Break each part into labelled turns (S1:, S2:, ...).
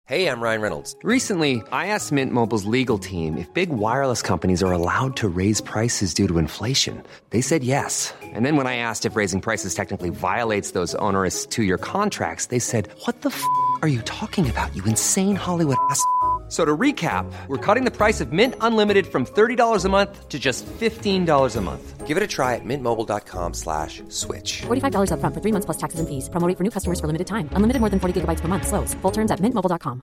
S1: Hey, I'm Ryan Reynolds.
S2: Recently, I asked Mint Mobile's legal team if big wireless companies are allowed to raise prices due to inflation. They said yes. And then when I asked if raising prices technically violates those onerous two-year contracts, they said, "What the f*** are you talking about, you insane Hollywood ass?" So to recap, we're cutting the price of Mint Unlimited from $30 a month to just $15 a month.
S1: Give it a try at mintmobile.com/switch.
S3: $45 up front for 3 months plus taxes and fees. Promo rate for new customers for limited time. Unlimited more than 40 gigabytes per month. Slows full terms at mintmobile.com.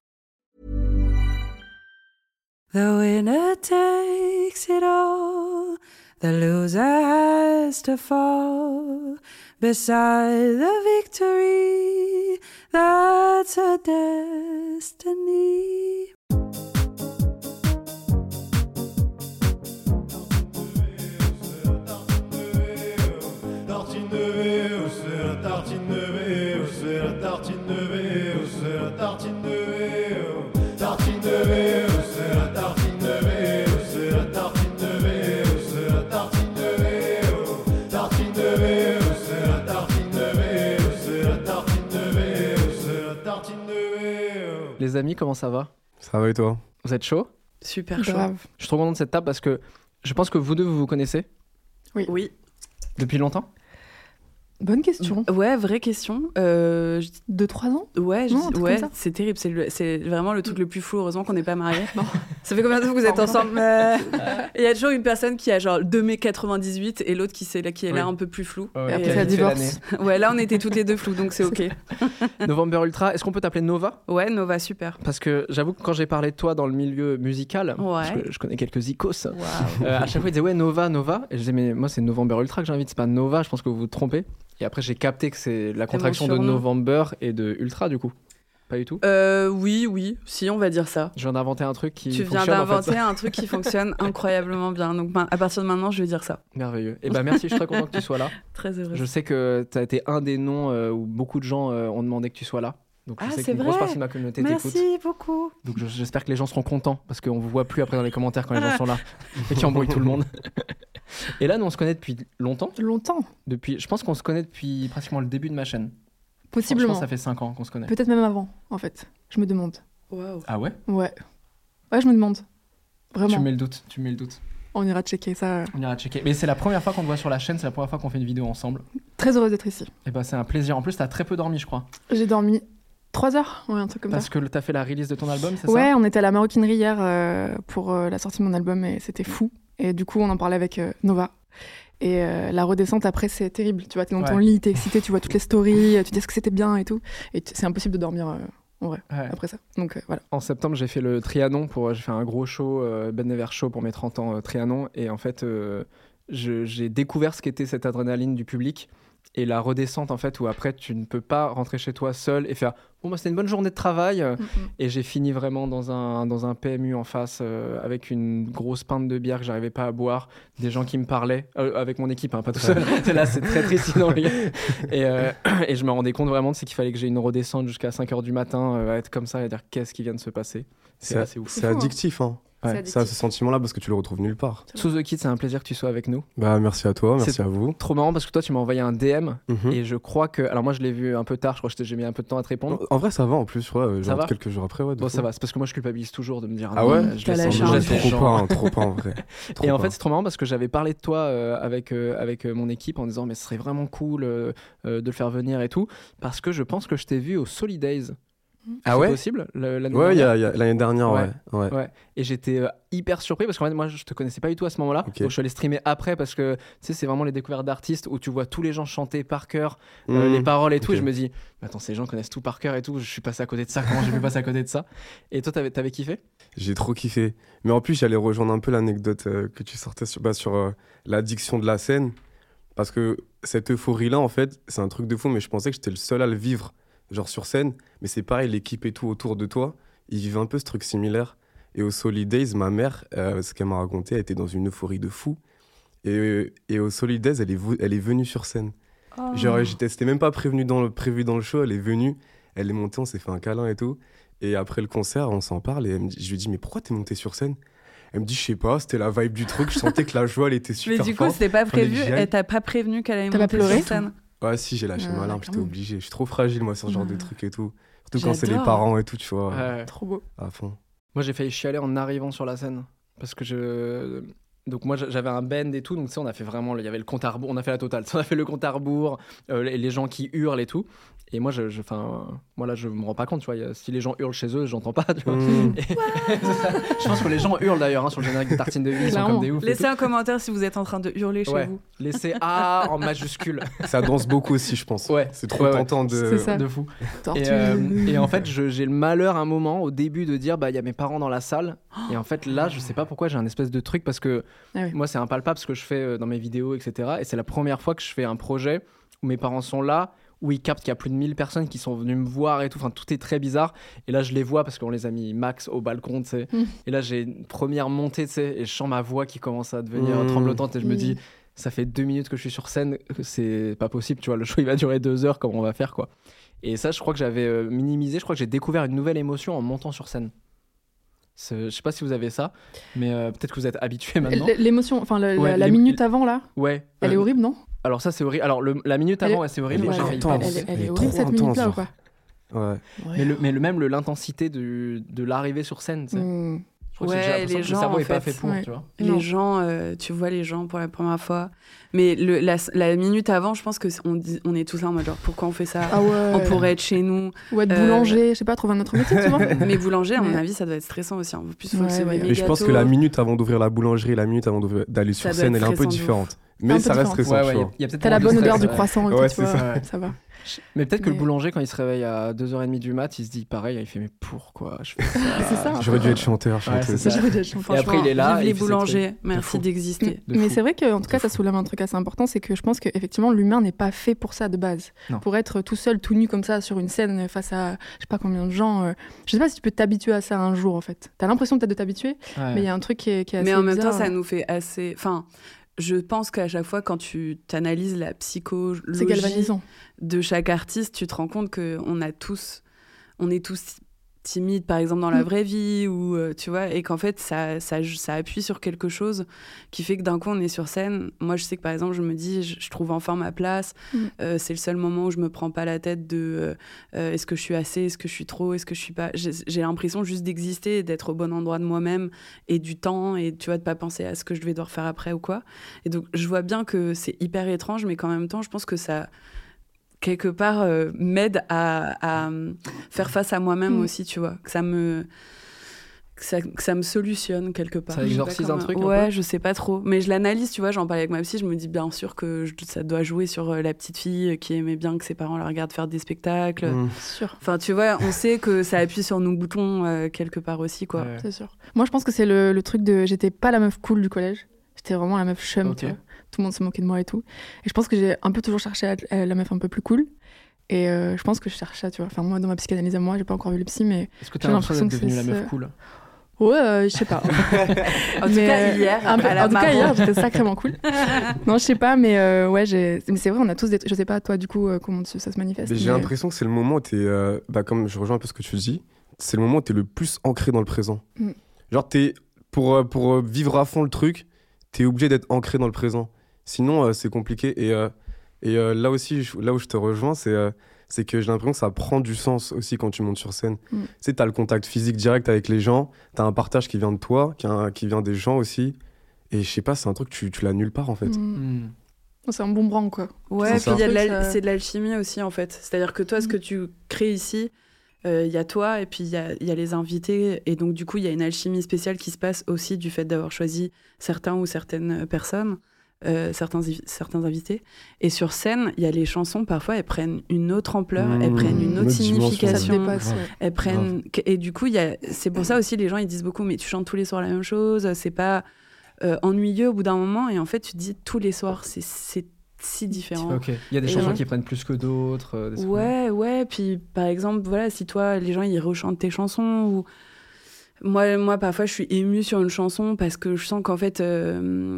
S4: The winner takes it all. The loser has to fall. Beside the victory, that's a destiny.
S5: Les amis, comment ça va ?
S6: Ça va et toi ?
S5: Vous êtes chaud ?
S4: Super chaud.
S7: Grave.
S5: Je suis trop content de cette table parce que je pense que vous deux, vous vous connaissez
S4: Oui.
S5: depuis longtemps ?
S7: Bonne question.
S4: Ouais, vraie question.
S7: 2-3 ans
S4: Ouais,
S7: Non, un truc comme ça.
S4: c'est terrible. C'est vraiment le truc le plus fou. Heureusement qu'on n'est pas mariés. Ça fait combien de temps que vous êtes ensemble ? Il y a toujours une personne qui a genre 2 mai 98 et l'autre qui est là un peu plus flou.
S5: Ouais,
S7: Et après,
S5: qui a
S7: ça
S5: vite fait
S7: divorce.
S4: Ouais, là on était toutes les deux floues, donc c'est ok.
S5: November Ultra, est-ce qu'on peut t'appeler Nova ?
S4: Ouais, Nova, super.
S5: Parce que j'avoue que quand j'ai parlé de toi dans le milieu musical,
S4: Ouais.
S5: parce que je connais quelques icos,
S4: Waouh.
S5: à chaque fois ils disaient ouais Nova. Et je disais mais moi c'est November Ultra que j'invite, c'est pas Nova, je pense que vous vous trompez. Et après j'ai capté que c'est la contraction de
S4: surnom.
S5: November et de Ultra du coup. Pas du tout.
S4: Oui, si on va dire ça.
S5: Je viens d'inventer un truc qui
S4: Tu viens
S5: fonctionne en fait.
S4: d'inventer un truc qui fonctionne incroyablement bien. Donc à partir de maintenant, je vais dire ça.
S5: Merveilleux. Et ben merci, je suis très content que tu sois là.
S4: Très heureuse.
S5: Je sais que tu as été un des noms où beaucoup de gens ont demandé que tu sois là. Donc je
S4: Ah,
S5: sais
S4: c'est
S5: qu'une grosse
S4: vrai.
S5: partie de ma communauté t'écoute.
S4: Merci beaucoup.
S5: Donc j'espère que les gens seront contents parce qu'on vous voit plus après dans les commentaires quand les gens sont là et qui embrouillent tout le monde. Et là, nous on se connaît depuis longtemps.
S7: Longtemps.
S5: Je pense qu'on se connaît depuis pratiquement le début de ma chaîne. Je
S7: Possiblement.
S5: pense que ça fait 5 ans qu'on se connaît.
S7: Peut-être même avant, en fait. Je me demande.
S4: Waouh.
S5: Ah ouais ?
S7: Ouais. Ouais, je me demande. Vraiment.
S5: Tu mets le doute.
S7: On ira checker ça.
S5: On ira checker. Mais c'est la première fois qu'on te voit sur la chaîne, c'est la première fois qu'on fait une vidéo ensemble.
S7: Très heureuse d'être ici.
S5: Et bah c'est un plaisir. En plus, t'as très peu dormi, je crois.
S7: J'ai dormi 3 heures. Ouais, un truc comme
S5: Parce
S7: ça.
S5: que t'as fait la release de ton album, c'est
S7: Ouais,
S5: ça ?
S7: on était à la maroquinerie hier pour la sortie de mon album et c'était fou. Et du coup, on en parlait avec Nova. Et la redescente après, c'est terrible. Tu vois, t'es dans ton
S5: Ouais.
S7: lit, t'es excité, tu vois toutes les stories, tu dis est-ce que c'était bien et tout. Et c'est impossible de dormir en vrai
S5: Ouais.
S7: après ça. Donc voilà.
S5: En septembre, j'ai fait le Trianon, j'ai fait un gros show, Ben Never Show pour mes 30 ans Trianon. Et en fait, j'ai découvert ce qu'était cette adrénaline du public et la redescente, en fait, où après, tu ne peux pas rentrer chez toi seul et faire « Bon, bah, c'était une bonne journée de travail. Et j'ai fini vraiment dans un PMU en face avec une grosse pinte de bière que j'arrivais pas à boire, des gens qui me parlaient, avec mon équipe, hein, pas tout seul. Là, c'est très triste sinon, les gars. Et je me rendais compte vraiment qu'il fallait que j'ai une redescente jusqu'à 5h du matin, à être comme ça et à dire qu'est-ce qui vient de se passer. C'est assez ouf.
S6: C'est addictif, hein.
S5: Ouais.
S6: Ça, ce sentiment-là, parce que tu le retrouves nulle part.
S5: Sous The Kid, c'est un plaisir que tu sois avec nous.
S6: Bah, merci à toi, merci
S5: C'est
S6: à vous.
S5: Trop marrant parce que toi, tu m'as envoyé un DM
S6: Mhm.
S5: et je crois que. Alors, moi, je l'ai vu un peu tard, je crois que j'ai mis un peu de temps à te répondre.
S6: En vrai, ça va en plus, je crois,
S5: Ça va
S6: quelques jours après. Ouais, de
S5: Bon,
S6: fou.
S5: ça va, c'est parce que moi, je culpabilise toujours de me dire
S6: Ah
S5: non,
S6: ouais
S5: je
S4: T'as
S5: laisse
S4: lâché
S5: en-
S4: un
S5: je laisse les
S6: Trop
S5: gens.
S6: pas, trop pas en vrai. Trop
S5: Et en
S6: pas.
S5: fait, c'est trop marrant parce que j'avais parlé de toi avec mon équipe en disant mais ce serait vraiment cool de le faire venir et tout parce que je pense que je t'ai vu au Solidays.
S6: Ah
S5: C'est
S6: ouais
S5: possible l'année
S6: Ouais, il y
S5: dernière
S6: a l'année dernière, ouais.
S5: Ouais. Et j'étais hyper surpris parce qu'en fait, moi, je te connaissais pas du tout à ce moment-là.
S6: Ok.
S5: Donc, je suis allé streamer après parce que tu sais, c'est vraiment les découvertes d'artistes où tu vois tous les gens chanter par cœur
S6: Mhm.
S5: les paroles et tout.
S6: Ok.
S5: Et je me dis, mais attends, ces gens connaissent tout par cœur et tout. Je suis passé à côté de ça. Comment j'ai pu passer à côté de ça ? Et toi, t'avais kiffé ?
S6: J'ai trop kiffé. Mais en plus, j'allais rejoindre un peu l'anecdote que tu sortais sur l'addiction de la scène. Parce que cette euphorie-là, en fait, c'est un truc de fou, mais je pensais que j'étais le seul à le vivre, genre sur scène. Mais c'est pareil, l'équipe et tout autour de toi, ils vivent un peu ce truc similaire. Et au Solidays, ma mère, ce qu'elle m'a raconté, elle était dans une euphorie de fou. Et au Solidays, elle est venue sur scène. Genre, c'était même pas prévu dans le show, elle est venue, elle est montée, on s'est fait un câlin et tout. Et après le concert, on s'en parle et je lui dis, mais pourquoi t'es montée sur scène ? Elle me dit, je sais pas, c'était la vibe du truc, je sentais que la joie, elle était super
S4: Mais du coup,
S6: forte.
S4: c'était pas
S6: Fallait
S4: prévu.
S6: que j'y aille.
S4: Elle t'a pas prévenu qu'elle allait
S7: T'as pas
S4: monter
S7: pleuré
S4: sur scène.
S6: Ouais, si, j'ai lâché ma larme, j'étais
S7: clairement.
S6: obligé. Je suis trop fragile, moi, sur ce genre de truc et tout. Surtout quand c'est les
S4: J'adore.
S6: parents et tout, tu vois,
S5: Ouais.
S7: Trop beau.
S6: à fond.
S5: Moi, j'ai failli chialer en arrivant sur la scène. Parce que Donc moi j'avais un band et tout, donc tu sais on a fait vraiment, il y avait le compte à rebours, on a fait la totale, on a fait le compte à rebours, les gens qui hurlent et tout, et moi moi là je me rends pas compte, tu vois, si les gens hurlent chez eux, j'entends pas, tu vois. Et- je pense que les gens hurlent d'ailleurs sur le générique de Tartine de Vie, ils sont
S7: Clairement.
S5: comme des oufs. et
S4: Laissez
S5: tout.
S4: un commentaire si vous êtes en train de hurler chez
S5: Ouais.
S4: vous.
S5: Laissez A en majuscule.
S6: Ça danse beaucoup aussi, je pense.
S5: Ouais.
S6: C'est trop
S5: Ouais, ouais.
S6: tentant de.
S7: C'est ça.
S5: De fou.
S7: Tortue.
S5: Et en fait, j'ai le malheur un moment au début de dire, bah il y a mes parents dans la salle. Et en fait, là, je sais pas pourquoi j'ai un espèce de truc parce que
S7: Ah ouais.
S5: moi, c'est impalpable ce que je fais dans mes vidéos, etc. Et c'est la première fois que je fais un projet où mes parents sont là, où ils captent qu'il y a plus de 1000 personnes qui sont venues me voir et tout. Enfin, tout est très bizarre. Et là, je les vois parce qu'on les a mis max au balcon, tu sais. Et là, j'ai une première montée, tu sais, et je sens ma voix qui commence à devenir tremblotante et je me dis, ça fait 2 minutes que je suis sur scène, c'est pas possible, tu vois. Le show, il va durer 2 heures, comment on va faire, quoi. Et ça, je crois que j'avais minimisé. Je crois que j'ai découvert une nouvelle émotion en montant sur scène. Je sais pas si vous avez ça, mais peut-être que vous êtes habitué maintenant.
S7: L'émotion, enfin
S5: Ouais,
S7: la minute avant là,
S5: Ouais.
S7: elle est horrible, non?
S5: Alors ça, c'est horrible. Alors la minute
S7: Elle est-
S5: avant, ouais, c'est horrible.
S6: elle
S5: Moi,
S6: est
S5: j'ai failli
S6: intense.
S5: pas-
S7: Elle est
S6: Elle est
S7: horrible
S6: trop
S7: cette minute là ou
S6: intense,
S7: pas?
S6: Ouais.
S5: Mais même l'intensité de l'arrivée sur scène, tu sais. Je crois que
S4: Ouais,
S5: j'ai l'impression
S4: les
S5: que
S4: gens,
S5: le cerveau
S4: en
S5: est pas
S4: fait.
S5: fait pour,
S7: Ouais.
S5: tu vois.
S7: Non.
S4: Les gens, tu vois les gens pour la première fois. Mais la minute avant, je pense on est tous là en mode genre, pourquoi on fait ça?
S7: Ah ouais.
S4: On pourrait être chez nous.
S7: Ou être boulanger, je sais pas, trouver un autre métier, tu vois.
S4: Mais boulanger, à mon
S7: Ouais.
S4: avis, ça doit être stressant aussi. En plus, il faut
S7: Ouais,
S4: que ce soit
S7: ouais.
S4: méga
S6: Mais je pense
S4: tôt.
S6: que la minute avant d'ouvrir la boulangerie, la minute avant d'aller
S4: Ça
S6: sur
S4: doit
S6: scène,
S4: être
S6: elle est un peu
S4: stressant de
S6: différente.
S7: Un
S6: Mais
S7: peu
S6: ça reste
S7: différent.
S6: stressant, tu vois.
S5: il y a peut-être
S7: T'as la
S5: moins
S7: bonne
S5: de
S7: odeur
S5: stress,
S7: du croissant et
S6: Ouais,
S7: tout, tu
S6: c'est
S7: vois. Ça va.
S5: Mais peut-être que le
S7: Mais-
S5: boulanger, quand il se réveille à 2h30 du mat, il se dit pareil, il fait mais pourquoi je fais ça?
S7: C'est ça.
S6: J'aurais dû être chanteur,
S5: Ouais, c'est
S6: chanteuse.
S5: ça.
S7: J'aurais déjà chanté.
S5: Et après, il est là,
S4: Vive
S5: et
S4: les
S5: il fait ses
S4: boulangers.
S5: trucs. De
S4: Merci
S5: fou.
S4: d'exister.
S5: De
S7: Mais
S5: fou.
S7: c'est vrai qu'en tout cas, ça soulève un truc assez important, c'est que je pense qu'effectivement, l'humain n'est pas fait pour ça de base.
S5: Non.
S7: Pour être tout seul, tout nu comme ça sur une scène face à je sais pas combien de gens. Je sais pas si tu peux t'habituer à ça un jour en fait. T'as l'impression peut-être de t'habituer,
S5: Ouais.
S7: mais il y a un truc qui est assez
S4: Mais en même temps,
S7: bizarre.
S4: ça nous fait assez. Enfin, je pense qu'à chaque fois, quand tu t'analyses la
S7: C'est
S4: psychologie
S7: galvanisant.
S4: de chaque artiste, tu te rends compte on est tous timides, par exemple, dans la vraie vie, ou tu vois, et qu'en fait, ça appuie sur quelque chose qui fait que d'un coup, on est sur scène. Moi, je sais que, par exemple, je me dis, je trouve enfin ma place. C'est le seul moment où je me prends pas la tête de est-ce que je suis assez, est-ce que je suis trop, est-ce que je suis pas. J'ai l'impression juste d'exister et d'être au bon endroit de moi-même et du temps, et tu vois, de pas penser à ce que je vais devoir faire après ou quoi. Et donc, je vois bien que c'est hyper étrange, mais qu'en même temps, je pense que ça quelque part m'aide à faire face à moi-même aussi, tu vois, que ça me solutionne quelque part.
S5: Ça
S4: Je sais pas
S5: exorcise
S4: comment-
S5: un truc un
S4: Ouais,
S5: peu
S4: je sais pas trop, mais je l'analyse, tu vois, j'en parlais avec ma psy, je me dis bien sûr que ça doit jouer sur la petite fille qui aimait bien que ses parents la regardent faire des spectacles.
S7: Sûr.
S4: Enfin, tu vois, on sait que ça appuie sur nos boutons quelque part aussi, quoi.
S5: Ouais.
S7: C'est sûr. Moi, je pense que c'est le truc de. J'étais pas la meuf cool du collège. J'étais vraiment la meuf chum.
S5: Ok.
S7: Tu vois. Tout le monde se moquait de moi et tout. Et je pense que j'ai un peu toujours cherché à être la meuf un peu plus cool. Et je pense que je cherche ça, tu vois. Enfin, moi, dans ma psychanalyse à moi, j'ai pas encore vu le psy, mais.
S5: Est-ce que tu as
S7: J'ai
S5: l'impression d'être
S7: l'impression que
S5: devenue la
S7: c'est
S5: meuf
S7: ça.
S5: cool?
S7: Ouais, je sais pas.
S4: En tout cas, hier,
S7: en tout
S4: à la
S7: cas,
S4: marron.
S7: hier, j'étais sacrément cool. Non, je sais pas, mais ouais, mais c'est vrai, on a tous des. Je sais pas, toi, du coup, comment ça se manifeste.
S6: Mais j'ai l'impression que c'est le moment où t'es. Comme je rejoins un peu ce que tu dis, c'est le moment où t'es le plus ancré dans le présent. Genre, pour vivre à fond le truc, t'es obligé d'être ancré dans le présent. Sinon, c'est compliqué. Et là aussi, là où je te rejoins, c'est que j'ai l'impression que ça prend du sens aussi quand tu montes sur scène. Tu sais, t'as le contact physique direct avec les gens, t'as un partage qui vient de toi, qui vient des gens aussi. Et je sais pas, c'est un truc, tu l'as nulle part en fait.
S7: C'est un bon bran, quoi.
S4: Ouais,
S6: C'est
S4: puis il y a
S7: ça.
S4: c'est de l'alchimie aussi, en fait. C'est-à-dire que toi, ce que tu crées ici, il y a toi, et puis il y a les invités. Et donc, du coup, il y a une alchimie spéciale qui se passe aussi du fait d'avoir choisi certains ou certaines personnes, certains invités. Et sur scène, il y a les chansons, parfois, elles prennent une autre ampleur, elles prennent une autre
S6: dimension.
S7: Ça te
S4: signification.
S7: dépasse. Ouais.
S4: Elles prennent... Et du coup, c'est pour ça aussi, les gens, ils disent beaucoup, mais tu chantes tous les soirs la même chose, c'est pas ennuyeux au bout d'un moment. Et en fait, tu te dis, tous les soirs, c'est si différent.
S5: Ok. Il y a des
S4: Et
S5: chansons
S4: ouais.
S5: qui prennent plus que d'autres. des trucs-
S4: Ouais. Puis, par exemple, voilà, si toi, les gens, ils rechantent tes chansons ou... Moi, parfois, je suis émue sur une chanson parce que je sens qu'en fait,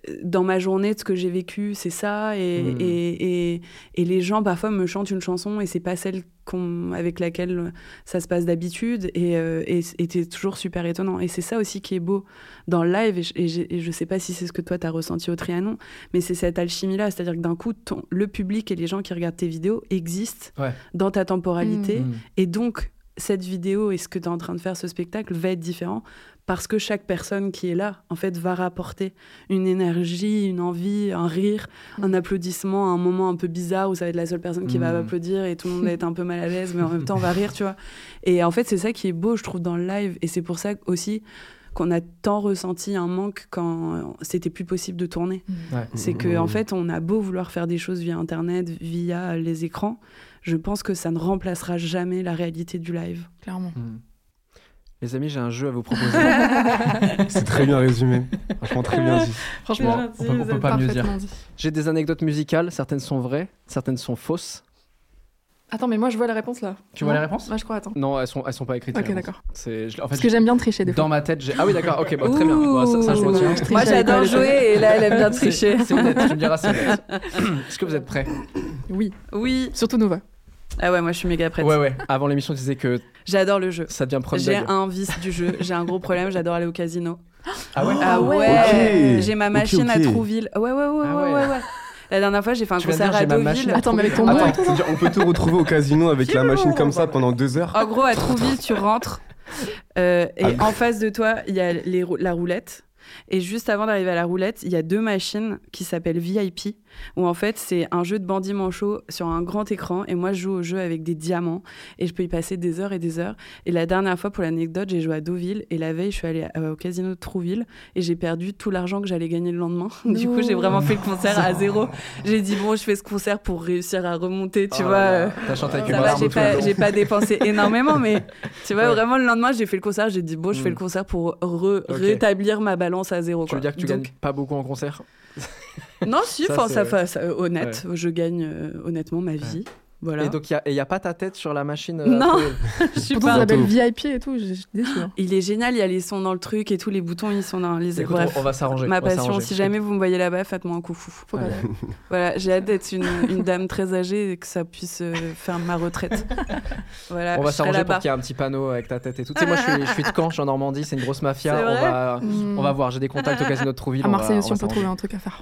S4: dans ma journée, de ce que j'ai vécu, c'est ça. Et les gens, parfois, me chantent une chanson et c'est pas celle avec laquelle ça se passe d'habitude. Et c'est toujours super étonnant. Et c'est ça aussi qui est beau dans le live. Et je sais pas si c'est ce que toi, t'as ressenti au Trianon, mais c'est cette alchimie-là. C'est-à-dire que d'un coup, le public et les gens qui regardent tes vidéos existent dans ta temporalité. Et donc, cette vidéo et ce que tu es en train de faire, ce spectacle, va être différent parce que chaque personne qui est là, en fait, va rapporter une énergie, une envie, un rire, un applaudissement, un moment un peu bizarre où ça va être la seule personne qui va applaudir et tout le monde va être un peu mal à l'aise, mais en même temps, on va rire, tu vois. Et en fait, c'est ça qui est beau, je trouve, dans le live. Et c'est pour ça aussi qu'on a tant ressenti un manque quand c'était plus possible de tourner. C'est qu'en fait, on a beau vouloir faire des choses via Internet, via les écrans, je pense que ça ne remplacera jamais la réalité du live.
S7: Clairement.
S5: Les amis, j'ai un jeu à vous proposer.
S6: C'est très bien résumé. Franchement, très bien dit.
S7: Franchement,
S5: on peut pas mieux dire.
S7: Dit.
S5: J'ai des anecdotes musicales, certaines sont vraies, certaines sont fausses.
S7: Attends, mais moi je vois la réponse là.
S5: Tu vois les réponses ?
S7: Ouais, je crois, attends.
S5: Non, elles sont pas écrites.
S7: Ok, d'accord.
S5: En fait,
S7: parce que j'aime bien tricher des fois.
S5: Dans ma tête, Ah oui, d'accord, ok, bah, très bien. Bon, ça je retiens.
S4: Moi, j'adore jouer et là, elle aime bien tricher.
S5: C'est honnête, tu me diras, c'est honnête. Est-ce que vous êtes prêts ?
S4: Oui.
S7: Surtout Nova.
S4: Ah ouais, moi je suis méga prête.
S5: Ouais. Avant l'émission, tu disais que
S4: j'adore le jeu.
S5: Ça devient proche
S4: J'ai un vice du jeu. J'ai un gros problème, j'adore aller au casino.
S5: Ah ouais ?
S4: Ah ouais.
S6: Okay.
S4: J'ai ma machine à Trouville. Ouais. La dernière fois, j'ai fait un concert à Deauville.
S7: Attends, mais avec ton nom.
S6: Attends, on peut te retrouver au casino avec la machine comme ça pendant 2 heures.
S4: En gros, à Trouville, tu rentres et en face de toi, il y a la roulette. Et juste avant d'arriver à la roulette, il y a 2 machines qui s'appellent VIP, où en fait, c'est un jeu de bandits manchots sur un grand écran. Et moi, je joue au jeu avec des diamants et je peux y passer des heures et des heures. Et la dernière fois, pour l'anecdote, j'ai joué à Deauville et la veille, je suis allée au casino de Trouville et j'ai perdu tout l'argent que j'allais gagner le lendemain. Du coup, j'ai vraiment fait le concert à zéro. J'ai dit, bon, je fais ce concert pour réussir à remonter, tu vois.
S5: T'as chanté avec
S4: ça va, j'ai pas dépensé énormément, mais tu vois, vraiment, le lendemain, j'ai fait le concert. J'ai dit, bon, je fais le concert pour rétablir ma balance à zéro.
S5: Tu veux dire que tu gagnes pas beaucoup en concert ?
S4: Non, si, honnête, je gagne honnêtement ma vie. Voilà.
S5: Et donc, il n'y a pas ta tête sur la machine
S4: Non, je suis
S7: pas... ça s'appelle VIP et tout, j'ai déçu.
S4: Il est génial, il y a les sons dans le truc et tous les boutons, ils sont dans les...
S5: Écoute,
S4: bref,
S5: on va s'arranger.
S4: Ma passion, si jamais vous me voyez là-bas, faites-moi un coucou. Voilà, j'ai hâte d'être une dame très âgée et que ça puisse faire ma retraite. Voilà,
S5: on va s'arranger pour qu'il y ait un petit panneau avec ta tête et tout. Tu sais, moi, je suis de Caen, je suis en Normandie, c'est une grosse mafia. On va voir, j'ai des contacts au casino de Trouville.
S7: À Marseille aussi, on peut trouver un truc à faire.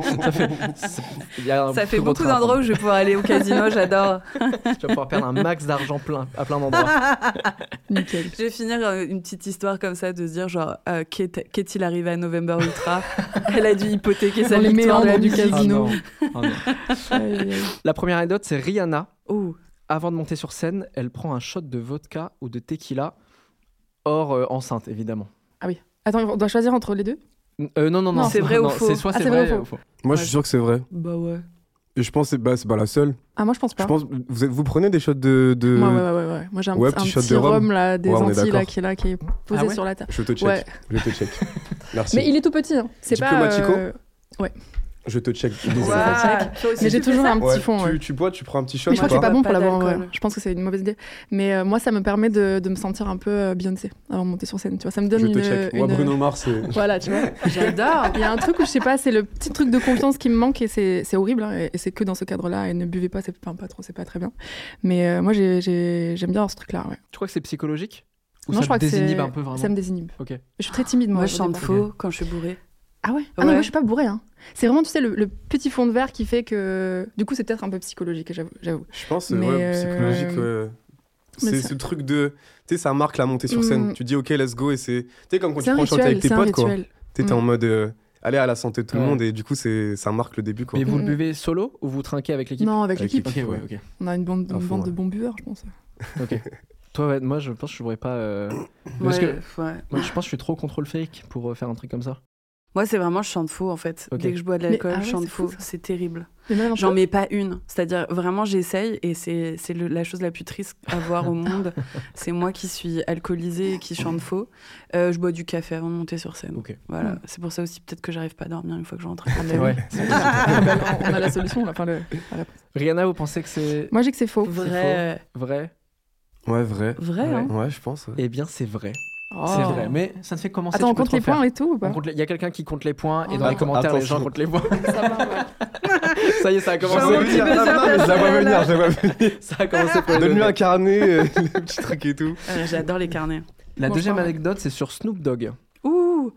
S4: Ça fait beaucoup d'endroits où je vais pouvoir aller au casino, j'adore.
S5: Tu vas pouvoir perdre un max d'argent à plein d'endroits.
S7: Nickel.
S4: Je vais finir une petite histoire comme ça, de se dire genre, qu'est-il arrivé à November Ultra ? Elle a dû hypothéquer sa victoire
S7: du casino.
S5: Oh non. La première anecdote, c'est Rihanna. Avant de monter sur scène, elle prend un shot de vodka ou de tequila, hors enceinte, évidemment.
S7: Ah oui. Attends, on doit choisir entre les deux ?
S5: Non.
S4: C'est vrai ou faux ?
S5: C'est soit c'est vrai ou faux.
S6: Moi, je suis sûr que c'est vrai.
S4: Bah ouais.
S6: Et je pense que c'est pas la seule.
S7: Ah, moi je pense pas.
S6: Je pense, vous prenez des shots de...
S7: Ouais. Moi j'ai un petit rhum là, des Antilles là, qui est posé sur la table.
S6: Je te check. Merci.
S7: Mais il est tout petit. Hein. C'est pas. Ouais.
S6: Je te check.
S7: Mais j'ai toujours un petit fond.
S6: Tu bois, tu prends un petit shot.
S7: Mais je crois que c'est pas bon pour la boire. Je pense que c'est une mauvaise idée. Mais moi, ça me permet de me sentir un peu Beyoncé avant de monter sur scène. Tu vois, ça me donne
S6: Moi, Bruno Mars, c'est...
S7: Voilà, tu vois.
S4: J'adore.
S7: Il y a un truc où je sais pas, c'est le petit truc de confiance qui me manque et c'est horrible. Hein, et c'est que dans ce cadre-là. Et ne buvez pas, pas trop, c'est pas très bien. Mais moi, j'aime bien avoir ce truc-là. Ouais.
S5: Tu crois que c'est psychologique ? Ou
S7: non,
S5: ça
S7: je crois
S5: te désinhibe un peu vraiment ?
S7: Ça me désinhibe.
S5: Ok.
S7: Je suis très timide, moi.
S4: Moi, je chante faux quand je suis bourrée.
S7: Ah ouais ? Ah non, moi je suis pas bourrée. Hein. C'est vraiment, tu sais, le petit fond de verre qui fait que... Du coup, c'est peut-être un peu psychologique, j'avoue.
S6: Je pense que c'est psychologique. C'est ce truc de... Tu sais, ça marque la montée sur scène. Tu dis, OK, let's go. Et c'est... Tu sais, comme quand tu prends chanter avec tes potes, quoi. T'es en mode... aller à la santé de tout le monde. Et du coup, ça marque le début, quoi.
S5: Mais vous le buvez solo ou vous trinquez avec l'équipe ?
S7: Non, avec l'équipe.
S5: Ok.
S7: On a une bande de bons buveurs, je pense.
S5: Ok. Toi, moi, je pense que je pourrais pas... Parce que moi, je pense que je suis trop contrôle fake pour faire un truc comme ça.
S4: Moi, c'est vraiment, je chante faux, en fait. Dès que je bois de l'alcool, je chante faux. C'est terrible. J'en mets pas une. C'est-à-dire, vraiment, j'essaye et c'est la chose la plus triste à voir au monde. C'est moi qui suis alcoolisée et qui chante faux. Je bois du café avant de monter sur scène. Voilà. C'est pour ça aussi, peut-être que j'arrive pas à dormir une fois que je rentre.
S7: On a la solution, la réponse.
S5: Rihanna, vous pensez que c'est...
S7: Moi, j'ai que c'est faux.
S4: Vrai.
S5: Vrai ?
S6: Ouais, vrai.
S4: Vrai, hein ?
S6: Ouais, je pense.
S5: Eh bien, c'est vrai. C'est vrai, mais ça ne fait commencer.
S7: Attends, on compte les points et tout ou pas?
S5: Il y a quelqu'un qui compte les points et dans les commentaires, les gens comptent les points.
S7: Ça va, ouais.
S5: Ça y est, ça a commencé.
S6: Je la vois venir.
S5: Ça a commencé.
S6: Donne-lui un carnet, les petits trucs et tout.
S4: J'adore les carnets.
S5: La deuxième anecdote, c'est sur Snoop Dogg.
S4: Ouh,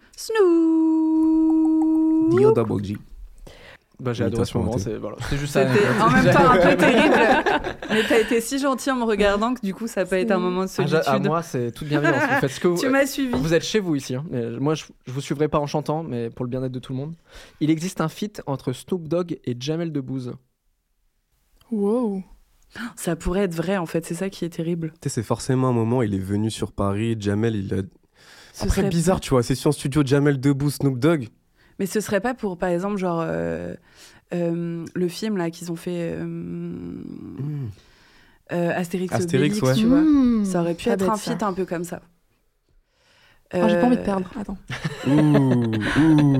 S4: Snoop.
S6: Dio Double G.
S5: Bah, j'ai adoré ce moment, c'est juste ça.
S4: C'était en même temps un peu terrible. Mais t'as été si gentil en me regardant que du coup, ça n'a pas été un moment de solitude.
S5: Moi, c'est toute bienveillance. Vous faites ce que vous...
S4: Tu m'as suivi.
S5: Vous êtes chez vous ici. Hein. Mais moi, je vous suivrai pas en chantant, mais pour le bien-être de tout le monde. Il existe un feat entre Snoop Dogg et Jamel Debbouze.
S7: Wow.
S4: Ça pourrait être vrai, en fait. C'est ça qui est terrible.
S6: Tu sais, c'est forcément un moment, il est venu sur Paris, Jamel, il a... Après,
S4: serait
S6: bizarre, tu vois, session studio Jamel Debbouze, Snoop Dogg.
S4: Mais ce serait pas pour, par exemple, genre... le film là qu'ils ont fait Astérix Obélix,
S6: ouais.
S4: tu vois, ça aurait pu
S7: Pas
S4: être
S7: bête,
S4: un
S7: ça.
S4: feat un peu comme ça.
S7: J'ai pas envie de perdre. Attends.
S6: Ouh.
S5: En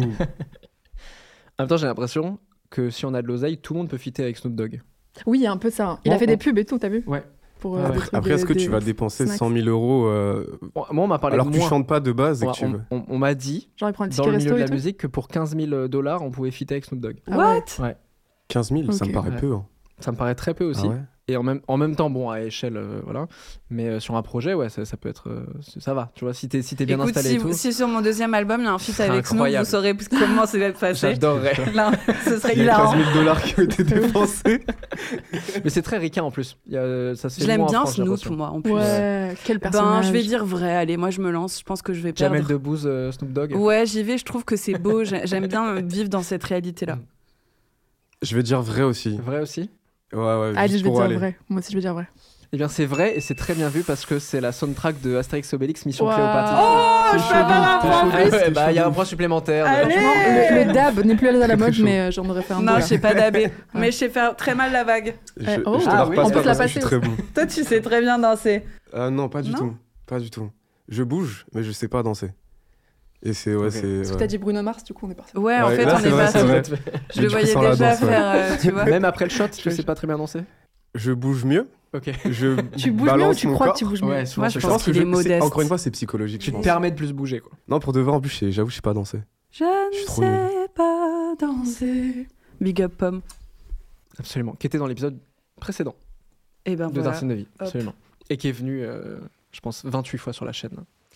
S5: même temps, j'ai l'impression que si on a de l'oseille, tout le monde peut fitter avec Snoop Dogg.
S7: Oui, il y a un peu ça. Il a fait des pubs et tout, t'as vu?
S5: Ouais.
S7: Pour,
S5: Ouais.
S7: des trucs,
S6: Après, est-ce que
S7: des
S6: tu vas dépenser
S7: snacks.
S6: 100 000 euros
S5: Moi, on m'a parlé
S6: alors
S5: de
S6: que tu
S5: moins.
S6: chantes pas de base et que tu veux...
S5: On m'a dit,
S7: Genre, il prend un
S5: dans
S7: ticket
S5: le milieu
S7: resto
S5: de
S7: et
S5: la
S7: tout.
S5: musique, que pour $15,000, on pouvait fitter avec Snoop Dogg.
S7: Ah
S4: What?
S5: Ouais.
S6: 15 000, ça me
S7: Ok.
S6: paraît
S5: Ouais.
S6: peu. Hein.
S5: Ça me paraît très peu aussi.
S6: Ah ouais.
S5: Et en même temps, bon, à échelle, voilà. Mais sur un projet, ouais, ça peut être... ça va, tu vois, si t'es bien
S4: Écoute,
S5: installé et tout.
S4: si sur mon deuxième album il y a un feat
S5: Ce serait
S4: avec Snoop,
S5: incroyable.
S4: vous saurez comment ça va se passer.
S5: J'adorerais.
S4: Là, ce serait
S6: Il y a
S4: hilarant.
S6: 15 000 $ qui ont été dépensés.
S5: Mais c'est très ricain en plus. Ça se fait
S4: Je l'aime
S5: moins en
S4: bien
S5: France, j'ai
S4: Snoop,
S5: l'impression.
S4: moi, en plus.
S7: Ouais, quel
S4: Ben,
S7: personnage.
S4: je vais dire vrai. Allez, moi, je me lance. Je pense que je vais perdre.
S5: Jamel Debbouze, Snoop Dogg.
S4: Ouais, j'y vais. Je trouve que c'est beau. J'aime bien vivre dans cette réalité-là.
S6: Je vais dire vrai aussi.
S5: Vrai aussi.
S6: Ouais,
S7: Allez,
S6: juste
S7: je vais
S6: pour
S7: dire
S6: aller.
S7: vrai. Moi aussi, je vais dire vrai.
S5: Eh bien, c'est vrai et c'est très bien vu parce que c'est la soundtrack de Astérix Obélix Mission
S7: Wow.
S5: Cléopâtre.
S4: Oh, je peux avoir un point en plus.
S5: Ouais, bah, il y a un point supplémentaire.
S4: Allez.
S7: Franchement, le dab n'est plus à la mode,
S6: chaud.
S7: mais j'en aurais fait un
S4: Non,
S7: beau,
S4: je sais pas dabber. Mais je sais faire très mal la vague.
S6: Je
S7: oh.
S6: te
S7: Ah
S6: la
S5: oui.
S6: repasse
S5: On peut
S6: pas
S7: te la
S6: parce que je suis
S7: passer.
S6: très bon.
S4: Toi, tu sais très bien danser.
S6: Non, pas du
S4: Non
S6: tout. Pas du tout. Je bouge, mais je sais pas danser. Et c'est... Ouais,
S5: Ok.
S6: c'est...
S7: Parce que t'as dit Bruno Mars, du coup, on est parti.
S4: Ouais, en
S6: Ouais,
S4: fait,
S6: là,
S4: on
S6: c'est
S4: est
S6: vrai,
S4: pas.
S6: c'est vrai.
S4: Je le
S6: Du coup,
S4: voyais
S6: sans la
S4: déjà
S6: danse, ouais.
S4: faire, tu vois.
S5: Même après le shot, tu sais pas très bien danser.
S6: Je bouge mieux.
S5: Ok.
S6: Je
S7: Tu bouges mieux ou
S6: balance
S7: tu
S6: mon
S7: crois
S6: corps.
S7: que tu bouges mieux?
S5: Ouais, souvent,
S4: Moi,
S5: c'est
S4: je
S5: ça.
S4: pense qu'il est modeste.
S6: Encore une fois, c'est psychologique.
S5: Tu
S6: je
S5: te
S6: pense.
S5: permets de plus bouger, quoi.
S6: Non, pour de vrai, en plus, j'avoue, je sais pas danser.
S4: Je
S6: suis
S4: ne
S6: trop nul.
S4: sais pas danser. Big up, Pomme.
S5: Absolument. Qui était dans l'épisode précédent
S4: Et ben
S5: de
S4: voilà.
S5: Darsène de Vie.
S4: Hop.
S5: Absolument. Et qui est venu, je pense, 28 fois sur la chaîne.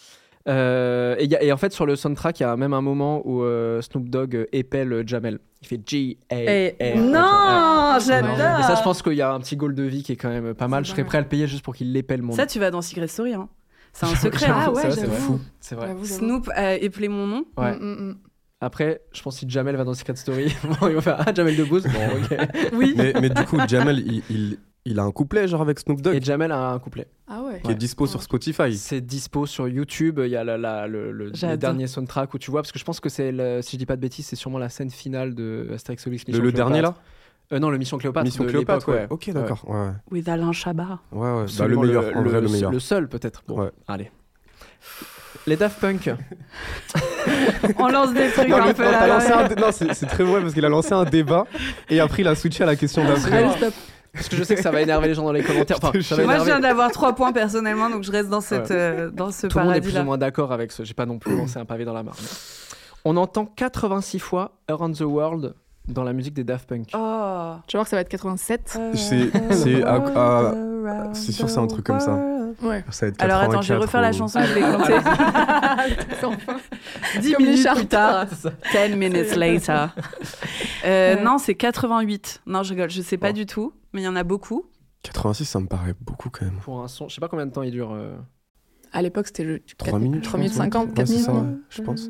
S5: Et en fait, sur le soundtrack, il y a même un moment où Snoop Dogg épelle Jamel. Il fait G-A-L.
S4: Non,
S5: Et ça, je
S4: j'adore.
S5: pense qu'il y a un petit goal de vie qui est quand même pas mal. Je
S7: C'est
S5: serais
S7: pas
S5: prêt à le payer juste pour qu'il l'épelle mon nom.
S4: Ça, tu vas dans Secret Story. Hein. C'est un secret.
S7: Ah
S4: hein.
S7: ouais,
S5: c'est
S7: j'avoue.
S5: fou. C'est vrai.
S7: J'avoue, j'avoue.
S4: Snoop a éplé mon nom.
S5: Ouais. Après, je pense que si Jamel va dans Secret Story, bon, il va faire Jamel Debbouze. Bon, ok.
S4: Oui.
S6: Mais du coup, Jamel, il a un couplet genre avec Snoop Dogg
S5: Et Jamel a un couplet.
S7: Ah ouais.
S6: qui est dispo sur Spotify.
S5: C'est dispo sur YouTube. Il y a le
S4: J'adore.
S5: dernier soundtrack où tu vois, parce que je pense que c'est, si je dis pas de bêtises, c'est sûrement la scène finale de Astérix Obélix. Mission
S6: Le dernier là
S5: Cléopâtre. Non, le Mission Cléopâtre.
S6: Mission
S5: de
S6: Cléopâtre,
S5: l'époque,
S6: ouais. Ok, d'accord. Ouais,
S4: With Alain Chabat.
S6: ouais. Bah, le
S5: Absolument
S6: meilleur, en vrai, le meilleur.
S5: Le seul, peut-être. Bon,
S6: Ouais.
S5: allez. Les Daft Punk.
S4: On lance des trucs
S6: Non,
S4: un
S6: mais
S4: peu
S6: non, t'as
S4: là.
S6: lancé non, c'est très vrai parce qu'il a lancé un débat et après il a switché à la question d'après.
S7: Allez, stop.
S5: Parce que je sais que ça va énerver les gens dans les commentaires. Enfin, ça va
S4: Moi, je
S5: énerver.
S4: viens d'avoir 3 points personnellement, donc je reste dans, dans ce
S5: Tout le monde est plus ou
S4: paradis-là.
S5: moins d'accord avec ce. J'ai pas non plus lancé un pavé dans la mare. mais- On entend 86 fois Around the World dans la musique des Daft Punk.
S4: Oh.
S7: Tu vas voir que ça va être 87.
S6: C'est sûr, c'est un truc comme ça.
S7: Ouais.
S6: Ça va être
S4: Alors attends, je vais
S6: 84
S4: refaire la
S6: ou-
S4: chanson, je vais compter. 10
S7: Comme les
S4: minutes
S7: chartes.
S4: plus tard. 10 minutes later. Non, c'est 88. Non, je rigole, je sais pas
S6: Oh.
S4: du tout, mais il y en a beaucoup.
S6: 86, ça me paraît beaucoup quand même.
S5: Pour un son, je sais pas combien de temps il dure.
S7: À l'époque, c'était le
S6: 3 minutes.
S7: 3 minutes
S6: je pense,
S7: 50,
S6: ouais.
S7: 4
S6: Ouais, c'est
S7: minutes.
S6: ça,
S7: non
S6: ouais, je pense.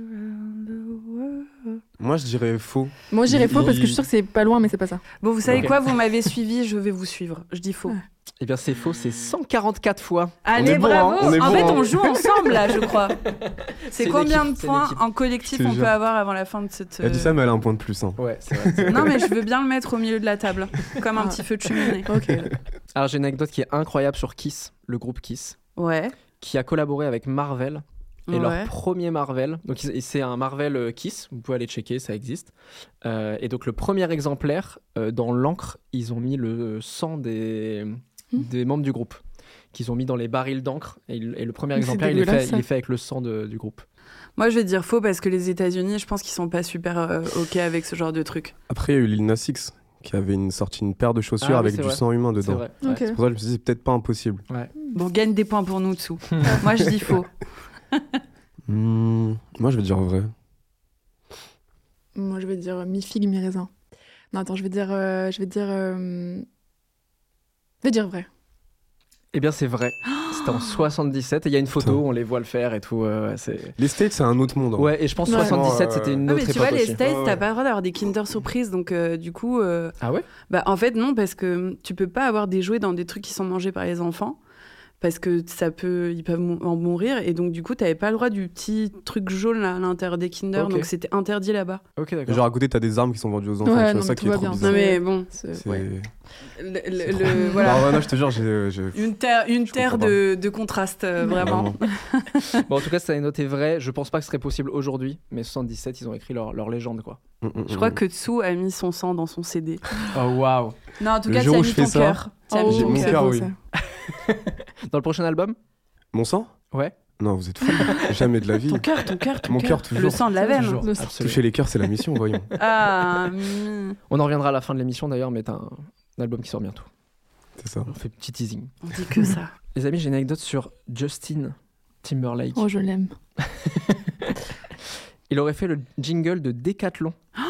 S6: Moi, je dirais faux.
S7: Moi, j'irais faux parce que je
S6: Il-
S7: suis sûre que c'est pas loin, mais c'est pas ça.
S4: Bon, vous savez
S5: Ok.
S4: quoi, vous m'avez suivi, je vais vous suivre. Je dis faux.
S7: Ouais.
S5: Eh bien, c'est faux, c'est 144 fois.
S4: Allez,
S6: est bon,
S4: bravo.
S6: hein, on est
S4: En
S6: bon,
S4: fait,
S6: hein.
S4: on joue ensemble là, je crois. C'est
S5: une
S4: combien
S5: équipe,
S4: de
S5: c'est
S4: points
S5: une équipe.
S4: en collectif
S6: Je te
S4: on peut
S6: jure.
S4: avoir avant la fin de cette.
S6: Elle dit ça, mais elle a un point de plus. Hein.
S5: Ouais, c'est vrai.
S4: Non, mais je veux bien le mettre au milieu de la table, comme un
S7: Ah.
S4: petit feu de cheminée.
S7: Ok.
S5: Alors, j'ai une anecdote qui est incroyable sur Kiss, le groupe Kiss,
S4: Ouais.
S5: qui a collaboré avec Marvel. Et leur
S4: Ouais.
S5: premier Marvel, donc c'est un Marvel Kiss, vous pouvez aller checker, ça existe. Et donc le premier exemplaire, dans l'encre, ils ont mis le sang des membres du groupe qu'ils ont mis dans les barils d'encre. Et le premier
S7: Mais c'est
S5: exemplaire, il
S7: dégueulasse,
S5: est fait avec le sang du groupe.
S4: Moi, je vais dire faux parce que les États-Unis, je pense qu'ils sont pas super OK avec ce genre de truc.
S6: Après, il y a eu Lil Nas X qui avait sorti une paire de chaussures avec
S5: c'est
S6: du
S5: vrai.
S6: sang humain
S5: C'est
S6: dedans.
S5: vrai.
S7: Ok.
S6: C'est pour ça que je me suis dit, c'est peut-être pas impossible.
S4: Bon, gagne des points pour nous dessous. Moi, je dis faux.
S6: Moi, je vais dire vrai.
S7: Moi, je vais dire mi-figue, mi-raisin. Non, attends, je vais dire vrai.
S5: Eh bien, c'est vrai. C'était en 77 et il y a une photo,
S6: Putain.
S5: on les voit le faire et tout. C'est...
S6: Les States, c'est un autre monde. hein.
S5: Ouais, et je pense
S7: Ouais.
S5: 77, c'était une
S4: Ah,
S5: autre
S4: mais tu
S5: époque
S4: vois, les
S5: aussi.
S4: States,
S6: Ouais.
S4: t'as pas le droit d'avoir des Kinder Surprise, donc du coup,
S5: Ah ouais?
S4: bah en fait non, parce que tu peux pas avoir des jouets dans des trucs qui sont mangés par les enfants, parce que ils peuvent en mourir, et donc du coup, t'avais pas le droit du petit truc jaune là, à l'intérieur des Kinder,
S5: Ok.
S4: donc c'était interdit là-bas.
S5: Ok, d'accord.
S6: Genre à côté, t'as des armes qui sont vendues aux enfants.
S7: Ouais,
S6: tu vois,
S7: non,
S6: ça
S7: mais
S6: qui
S7: tout
S6: est
S7: va
S6: trop
S7: bien.
S6: bizarre.
S4: Non mais bon,
S6: C'est-
S7: Ouais.
S4: voilà.
S6: Alors, ouais, non, je te jure, j'ai.
S4: Une terre
S6: comprends pas.
S4: de contraste, vraiment.
S5: Bon, en tout cas, ça est noté vrai. Je pense pas que ce serait possible aujourd'hui, mais 77, ils ont écrit leur légende, quoi.
S4: Je crois que Tsu a mis son sang dans son CD.
S5: Oh, waouh!
S4: Non, en tout
S6: Le
S4: cas, tu
S6: jour
S4: as
S6: où
S4: mis
S6: je fais
S4: ton
S6: ça,
S4: cœur. Tu as mis
S6: j'ai
S4: ton
S6: mon
S4: cœur.
S6: cœur,
S7: beau,
S6: oui.
S7: ça.
S5: Dans le prochain album?
S6: Mon sang?
S5: Ouais.
S6: Non, vous êtes fous. Jamais de la vie.
S4: Ton cœur.
S6: Mon cœur, toujours.
S4: Le sang de la veine.
S5: Toujours,
S7: Le-
S5: absolument.
S6: Toucher les cœurs, c'est la mission, voyons.
S4: Ah,
S5: On en reviendra à la fin de l'émission d'ailleurs, mais t'as un album qui sort bientôt.
S6: C'est ça.
S5: On fait petit teasing.
S4: on dit que ça.
S5: Les amis, j'ai une anecdote sur Justin Timberlake.
S7: Oh, je l'aime.
S5: Il aurait fait le jingle de Decathlon.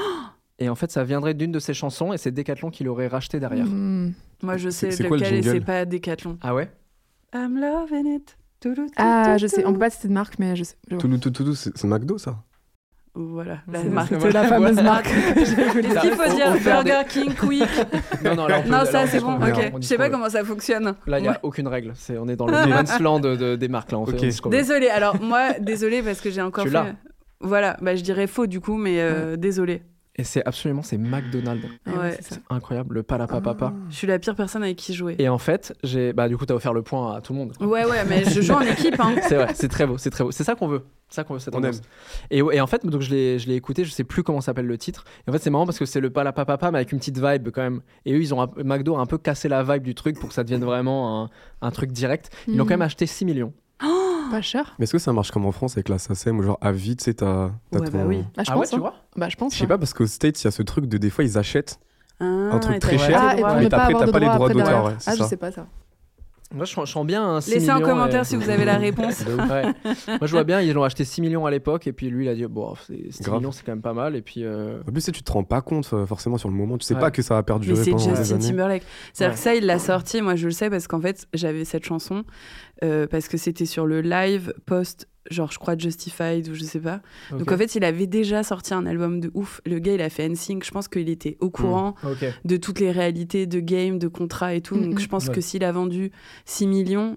S5: Et en fait, ça viendrait d'une de ses chansons et c'est Decathlon qui l'aurait racheté derrière.
S4: Moi, je sais
S6: C'est quoi le
S4: lequel et
S6: jingle
S4: c'est pas Decathlon.
S5: Ah ouais?
S4: I'm loving it.
S7: Ah, je sais. On peut pas citer de marque, mais je sais. Je vois.
S6: Toulouse, c'est McDo, ça.
S4: Voilà, la
S7: C'est-
S4: marque.
S7: c'est la fameuse marque.
S4: Est-ce qu'il faut dire
S5: On fait
S4: Burger King, Quick?
S5: Non, non, là, on peut-
S4: Non,
S5: là,
S4: ça
S5: on
S4: c'est
S5: dit
S4: bon,
S5: ce qu'on veut,
S4: ok.
S5: on dit
S4: Je
S5: ce
S4: sais
S5: qu'on
S4: pas
S5: veut.
S4: comment ça fonctionne.
S5: Là, il n'y a
S4: Ouais.
S5: aucune règle. On est dans le no-man's land des marques. Là, on
S6: Ok.
S5: fait ce qu'on veut.
S4: Désolée, alors moi, désolée parce que j'ai encore
S5: Tu
S4: fait.
S5: l'as.
S4: Voilà, bah je dirais faux du coup, mais désolée.
S5: Et c'est McDonald's.
S4: Ouais.
S7: c'est ça.
S5: C'est incroyable, le palapapapa.
S4: Je suis la pire personne avec qui jouer.
S5: Et en fait, du coup, t'as offert le point à tout le monde.
S4: Ouais, mais je joue en équipe, hein.
S5: C'est vrai, c'est très beau, c'est très beau. C'est ça qu'on veut. C'est ça qu'on veut, cette
S6: On
S5: ambiance.
S6: aime.
S5: Et en fait, donc je l'ai écouté, je sais plus comment s'appelle le titre. Et en fait, c'est marrant parce que c'est le palapapapa, mais avec une petite vibe quand même. Et eux, McDo a un peu cassé la vibe du truc pour que ça devienne vraiment un truc direct. Ils l'ont quand même acheté 6 millions.
S7: Pas cher.
S6: Mais est-ce que ça marche comme en France avec la SACEM ou genre à vie, tu sais, t'as
S4: Ouais, bah oui.
S7: Bah, je
S5: Ah ouais,
S7: pense.
S5: tu
S7: hein.
S5: vois?
S7: Bah, je pense.
S6: Je sais pas, parce qu'aux States, il y a ce truc de des fois, ils achètent.
S4: Un
S6: truc très cher.
S7: Ah, et pour
S6: Mais
S7: ne pas
S6: après,
S7: avoir
S6: t'as
S7: de
S6: pas les droits
S7: après
S6: d'auteur,
S7: derrière.
S6: ouais, c'est
S7: Ah, je
S6: ça.
S7: sais pas ça.
S5: Moi, je sens bien un 6
S4: Laissez en
S5: millions,
S4: commentaire si vous avez la réponse.
S5: Ouais. Moi, je vois bien, ils l'ont acheté 6 millions à l'époque. Et puis lui, il a dit, bon, 6
S6: Grave.
S5: millions, c'est quand même pas mal. Et puis.
S6: En plus, tu sais, tu te rends pas compte forcément sur le moment. Tu sais
S5: Ouais.
S6: pas que ça va
S4: Mais
S6: perdurer
S4: c'est
S6: pendant des
S4: Justin
S6: années.
S4: Timberlake. C'est-à-dire
S5: Ouais.
S4: que ça, il l'a sorti. Moi, je le sais parce qu'en fait, j'avais cette chanson parce que c'était sur le live post, genre, je crois, Justified ou je sais pas.
S5: Ok.
S4: Donc, en fait, il avait déjà sorti un album de ouf. Le gars, il a fait NSYNC. Je pense qu'il était au courant
S5: Ok.
S4: de toutes les réalités de game, de contrat et tout. Donc, je pense
S5: Ouais.
S4: que s'il a vendu 6 millions,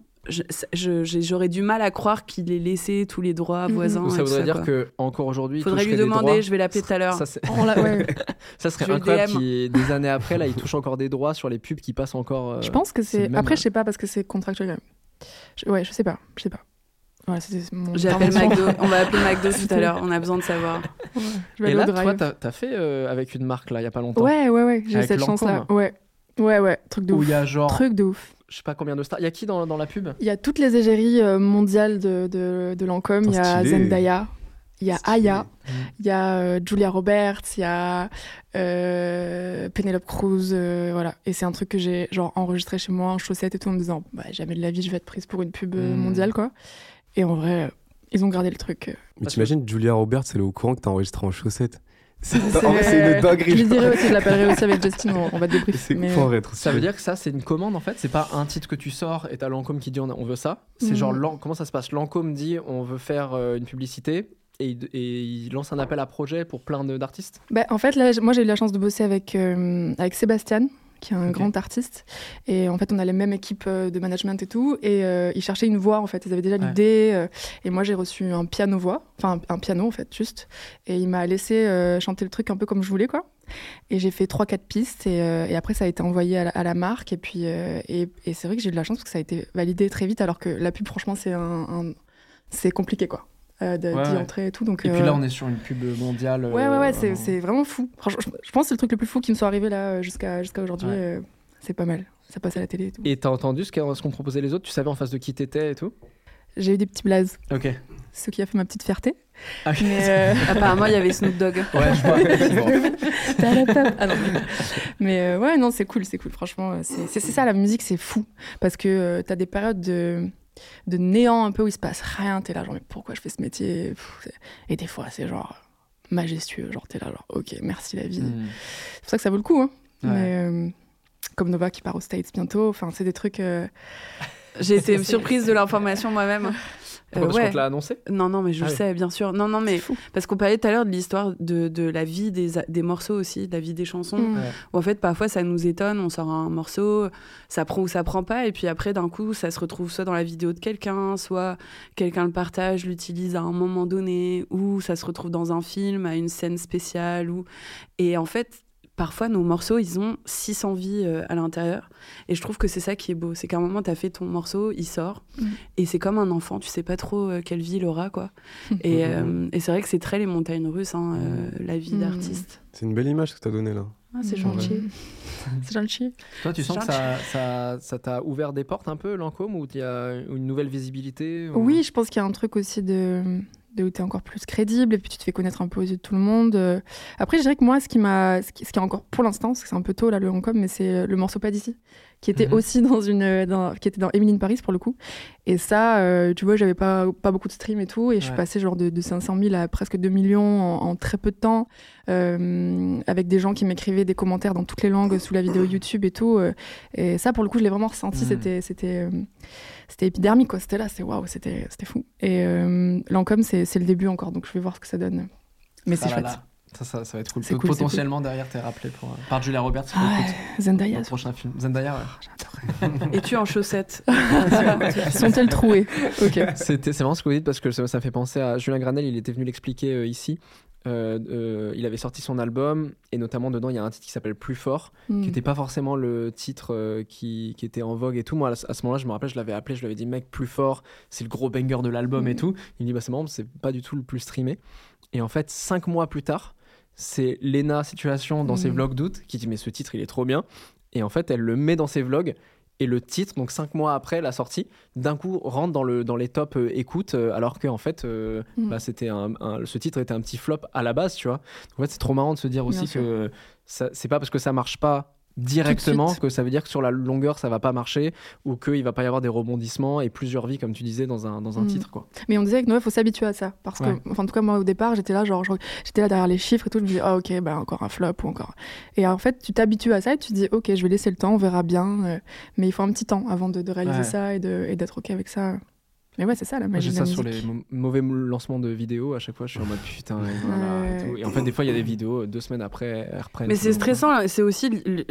S4: j'aurais du mal à croire qu'il ait laissé tous les droits voisins.
S5: Donc,
S4: et
S5: ça
S4: tout
S5: voudrait dire
S4: quoi.
S5: que encore aujourd'hui, il
S4: Faudrait lui
S5: toucherait des
S4: demander,
S5: droits.
S4: je vais l'appeler tout à l'heure.
S5: Ça, c'est-
S7: Ouais.
S5: ça serait
S4: Je vais le
S5: incroyable
S4: DM.
S5: qu'il, des années après, là, il touche encore des droits sur les pubs qui passent encore.
S7: Je pense que
S5: c'est
S7: c'est.
S5: le même,
S7: Après, je sais pas parce que c'est contractuel quand même. Ouais, je sais pas. Voilà, c'était mon.
S4: J'appelle
S7: intervention.
S4: McDo. On va appeler McDo tout à l'heure. On a besoin de savoir.
S7: Je vais
S5: Et
S7: aller
S5: là,
S7: au
S5: toi,
S7: drive.
S5: t'as fait avec une marque, là, il y a pas longtemps.
S7: Ouais, j'ai
S5: Avec
S7: cette chance-là.
S5: Lancôme.
S7: Ouais, truc de
S5: Où
S7: ouf.
S5: il y a genre,
S7: Truc de ouf.
S5: je sais pas combien de stars. Il y a qui dans la pub?
S7: Il y a toutes les égéries mondiales de Lancôme. Il y a
S6: Stylé.
S7: Zendaya, il y a Aya,
S5: Mm.
S7: il y a Julia Roberts, il y a Penelope Cruz, voilà. Et c'est un truc que j'ai genre enregistré chez moi en chaussettes et tout en me disant bah, jamais de la vie je vais être prise pour une pub mondiale quoi. Et en vrai, ils ont gardé le truc.
S6: Mais t'imagines, Julia Roberts, elle est au courant que t'as enregistré en chaussettes.
S7: C'est
S6: En vrai, c'est une dinguerie.
S7: Je lui dirai aussi, je l'appellerai aussi avec Justin, on va débriefer.
S6: C'est
S7: mais-
S6: ouf en vrai, trop
S5: Ça
S6: stylé.
S5: veut dire que ça, c'est une commande en fait. C'est pas un titre que tu sors et t'as Lancôme qui dit on veut ça. C'est genre comment ça se passe? Lancôme dit on veut faire une publicité et il lance un appel à projet pour plein d'artistes.
S7: Bah, en fait, là, moi j'ai eu la chance de bosser avec Sébastien, qui est un
S5: Ok.
S7: grand artiste. Et en fait, on a les mêmes équipes de management et tout. Et ils cherchaient une voix, en fait. Ils avaient déjà
S5: Ouais.
S7: l'idée. Et moi, j'ai reçu un piano-voix. Enfin, un piano, en fait, juste. Et il m'a laissé chanter le truc un peu comme je voulais, quoi. Et j'ai fait 3-4 pistes. Et après, ça a été envoyé à la marque. Et puis, et c'est vrai que j'ai eu de la chance parce que ça a été validé très vite. Alors que la pub, franchement, c'est compliqué, quoi. D'y
S5: Ouais.
S7: entrer et tout. Donc,
S5: Et puis là, on est sur une pub mondiale.
S7: Ouais, c'est vraiment fou. Franchement, je pense que c'est le truc le plus fou qui me soit arrivé là jusqu'à aujourd'hui.
S5: Ouais.
S7: C'est pas mal. ça passe à la télé et tout.
S5: Et t'as entendu ce qu'ont proposé les autres? Tu savais en face de qui t'étais et tout?
S7: J'ai eu des petits blazes.
S5: Ok.
S7: Ce qui a fait ma petite fierté.
S5: Ah, oui.
S7: Mais
S4: Apparemment, il y avait Snoop Dogg.
S5: Ouais, je vois.
S7: Ah non. Mais ouais, non, c'est cool. Franchement, c'est ça, la musique, c'est fou. Parce que t'as des périodes de néant un peu où il se passe rien. T'es là, genre, mais pourquoi je fais ce métier? Et des fois, c'est genre majestueux. Genre, t'es là, genre, ok, merci la vie. C'est pour ça que ça vaut le coup. Hein.
S5: Ouais.
S7: Mais comme Nova qui part aux States bientôt, enfin, c'est des trucs.
S4: J'ai été surprise de l'information moi-même.
S5: Pourquoi, parce qu'on te l'a annoncé?
S4: Non, mais je le sais, bien sûr. Non, mais
S7: fou.
S4: parce qu'on parlait tout à l'heure de l'histoire de la vie des morceaux aussi, de la vie des chansons.
S5: Ouais.
S4: Où en fait, parfois, ça nous étonne, on sort un morceau, ça prend ou ça prend pas, et puis après, d'un coup, ça se retrouve soit dans la vidéo de quelqu'un, soit quelqu'un le partage, l'utilise à un moment donné, ou ça se retrouve dans un film, à une scène spéciale. Et en fait, parfois, nos morceaux, ils ont 600 vies à l'intérieur. Et je trouve que c'est ça qui est beau. C'est qu'à un moment, tu as fait ton morceau, il sort. Et c'est comme un enfant. Tu sais pas trop quelle vie il aura, quoi. Et c'est vrai que c'est très les montagnes russes, la vie d'artiste.
S6: C'est une belle image que tu as donnée là.
S4: Ah, c'est gentil.
S7: C'est gentil.
S5: Toi, tu sens que ça t'a ouvert des portes un peu, Lancôme, ou il y a une nouvelle visibilité ou...
S7: Oui, je pense qu'il y a un truc aussi où tu es encore plus crédible et puis tu te fais connaître un peu aux yeux de tout le monde. Après, je dirais que moi, ce qui est encore pour l'instant, parce que c'est un peu tôt là le Lancôme, mais c'est le morceau Pas d'ici, qui était aussi qui était dans Emily in Paris pour le coup. Et ça, tu vois, j'avais pas beaucoup de streams et tout, et je suis passée genre de 500 000 à presque 2 millions en très peu de temps, avec des gens qui m'écrivaient des commentaires dans toutes les langues sous la vidéo YouTube et tout. Et ça, pour le coup, je l'ai vraiment ressenti. C'était épidermique, quoi. C'était là, c'était fou. Et Lancôme, c'est le début encore, donc je vais voir ce que ça donne. Mais c'est chouette.
S5: Ça va être cool.
S7: C'est cool,
S5: Potentiellement, derrière, t'es rappelé par Julia Roberts.
S7: Zendaya.
S5: Le prochain film. Zendaya, ouais.
S4: Es-tu en chaussettes?
S7: Sont-elles trouées? Ok.
S5: C'est marrant ce que vous dites parce que ça me fait penser à Julien Granel. Il était venu l'expliquer ici. Il avait sorti son album et notamment dedans il y a un titre qui s'appelle Plus fort, qui n'était pas forcément le titre qui était en vogue et tout. Moi à ce moment-là je me rappelle, je l'avais appelé, je lui avais dit mec, Plus fort c'est le gros banger de l'album et tout. Il me dit bah c'est marrant, c'est pas du tout le plus streamé. Et en fait 5 mois plus tard c'est Lena Situation dans ses vlogs d'août qui dit mais ce titre il est trop bien, et en fait elle le met dans ses vlogs. Et le titre, donc 5 mois après la sortie, d'un coup rentre dans les tops écoutes, alors qu'en fait, c'était ce titre était un petit flop à la base, tu vois. En fait, c'est trop marrant de se dire aussi que c'est pas parce que ça marche pas directement que ça veut dire que sur la longueur ça va pas marcher, ou qu'il va pas y avoir des rebondissements et plusieurs vies, comme tu disais, dans un titre, quoi.
S7: Mais on disait que Noël, faut s'habituer à ça, parce que, enfin, en tout cas moi au départ j'étais là derrière les chiffres et tout, je me disais ok, bah encore un flop ou encore, et en fait tu t'habitues à ça et tu te dis ok, je vais laisser le temps, on verra bien, mais il faut un petit temps avant de réaliser ça et d'être ok avec ça. Mais ouais, c'est ça la magie de la musique.
S5: J'ai ça sur les mauvais lancements de vidéos, à chaque fois je suis en mode putain, et voilà, et tout. Et en fait des fois il y a des vidéos 2 semaines après elles reprennent.
S4: Mais c'est stressant là. C'est aussi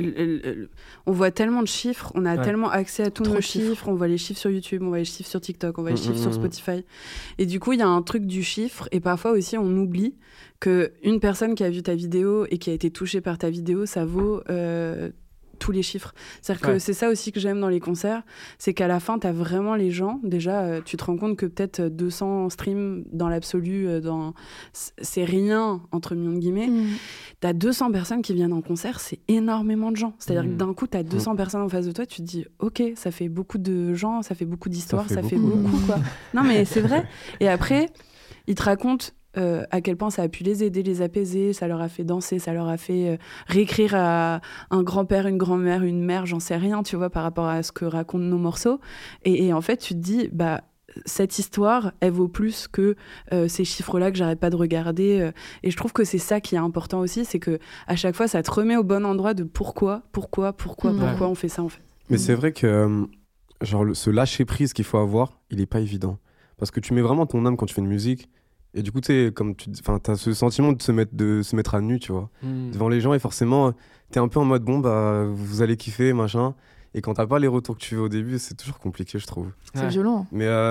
S4: on voit tellement de chiffres, on a tellement accès à tous nos chiffres, on voit les chiffres sur YouTube, on voit les chiffres sur TikTok, on voit les chiffres sur Spotify, et du coup il y a un truc du chiffre, et parfois aussi on oublie que une personne qui a vu ta vidéo et qui a été touchée par ta vidéo, ça vaut tous les chiffres. C'est-à-dire que c'est ça aussi que j'aime dans les concerts, c'est qu'à la fin, tu as vraiment les gens, déjà, tu te rends compte que peut-être 200 streams dans l'absolu, c'est rien, entre millions de guillemets. Tu as 200 personnes qui viennent en concert, c'est énormément de gens. C'est-à-dire que d'un coup, tu as 200 personnes en face de toi, tu te dis, ok, ça fait beaucoup de gens, ça fait beaucoup d'histoires, ça fait beaucoup, quoi. Non, mais c'est vrai. Et après, ils te racontent à quel point ça a pu les aider, les apaiser, ça leur a fait danser, ça leur a fait réécrire à un grand-père, une grand-mère, une mère, j'en sais rien, tu vois, par rapport à ce que racontent nos morceaux. Et en fait, tu te dis, bah, cette histoire, elle vaut plus que ces chiffres-là que j'arrête pas de regarder. Et je trouve que c'est ça qui est important aussi, c'est que à chaque fois, ça te remet au bon endroit de pourquoi on fait ça, en fait.
S6: Mais c'est vrai que ce lâcher-prise qu'il faut avoir, il est pas évident. Parce que tu mets vraiment ton âme quand tu fais une musique. Et du coup, tu sais, comme t'as ce sentiment de se mettre à nu, tu vois, devant les gens, et forcément, t'es un peu en mode, bon, bah, vous allez kiffer, machin. Et quand t'as pas les retours que tu veux au début, c'est toujours compliqué, je trouve.
S7: C'est violent.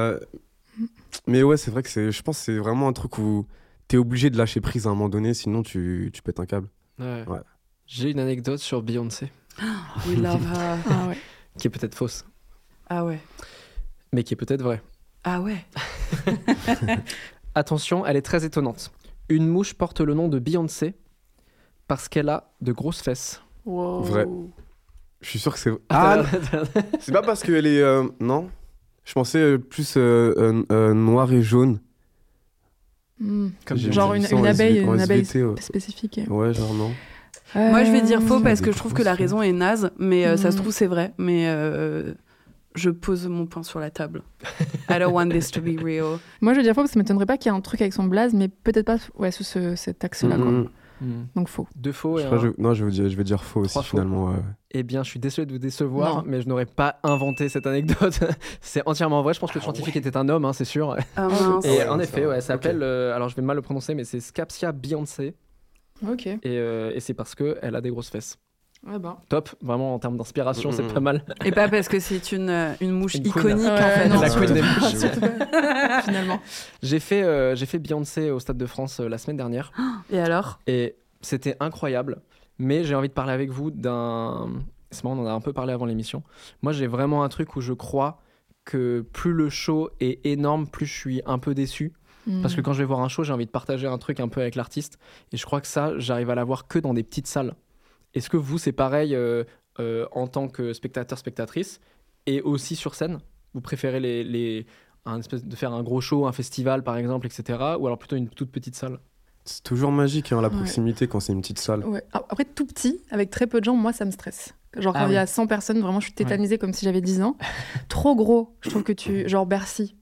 S6: Mais ouais, c'est vrai que je pense que c'est vraiment un truc où t'es obligé de lâcher prise à un moment donné, sinon tu pètes un câble.
S5: Ouais. J'ai une anecdote sur Beyoncé.
S4: We love her.
S7: Ah ouais.
S5: Qui est peut-être fausse.
S4: Ah ouais.
S5: Mais qui est peut-être vraie.
S4: Ah ouais.
S5: Attention, elle est très étonnante. Une mouche porte le nom de Beyoncé parce qu'elle a de grosses fesses.
S7: Wow.
S6: Vrai. Je suis sûr que c'est. Ah, c'est pas parce qu'elle est. Non. Je pensais plus noir et jaune.
S5: Comme
S7: Genre une abeille spécifique.
S6: Ouais, genre non.
S4: Moi, je vais dire faux parce que
S6: des
S4: je trouve que la raison est naze, mais ça se trouve, c'est vrai. Mais je pose mon point sur la table. I don't want this to be real.
S7: Moi, je vais dire faux parce que ça m'étonnerait pas qu'il y ait un truc avec son blaze, mais peut-être pas sous cet axe-là. Quoi. Donc faux.
S5: 2 faux et
S6: Non, je vais dire faux aussi, finalement. Ouais.
S5: Eh bien, je suis désolé de vous décevoir, mais je n'aurais pas inventé cette anecdote. C'est entièrement vrai. Je pense que le scientifique était un homme, c'est sûr. Et en effet, ça s'appelle, alors je vais mal le prononcer, mais c'est Scapsia Beyoncé.
S7: Ok.
S5: Et c'est parce qu'elle a des grosses fesses.
S7: Ouais, ben.
S5: Top, vraiment en termes d'inspiration, c'est pas mal.
S4: Et pas parce que c'est une mouche
S5: Une
S4: iconique,
S5: queen.
S4: en fait.
S7: Non,
S5: la queen des mouches.
S7: Finalement.
S5: J'ai fait Beyoncé au Stade de France la semaine dernière.
S4: Et alors ?
S5: Et c'était incroyable. Mais j'ai envie de parler avec vous d'un... C'est marrant, on en a un peu parlé avant l'émission. Moi, j'ai vraiment un truc où je crois que plus le show est énorme, plus je suis un peu déçu. Parce que quand je vais voir un show, j'ai envie de partager un truc un peu avec l'artiste. Et je crois que ça, j'arrive à l'avoir que dans des petites salles. Est-ce que vous, c'est pareil en tant que spectateur, spectatrice et aussi sur scène ? Vous préférez un espèce de faire un gros show, un festival par exemple, etc. Ou alors plutôt une toute petite salle ?
S6: C'est toujours magique, la proximité, quand c'est une petite salle.
S7: Ouais. Après, tout petit, avec très peu de gens, moi, ça me stresse. Genre, quand il y a 100 personnes, vraiment, je suis tétanisée comme si j'avais 10 ans. Trop gros, je trouve que genre Bercy,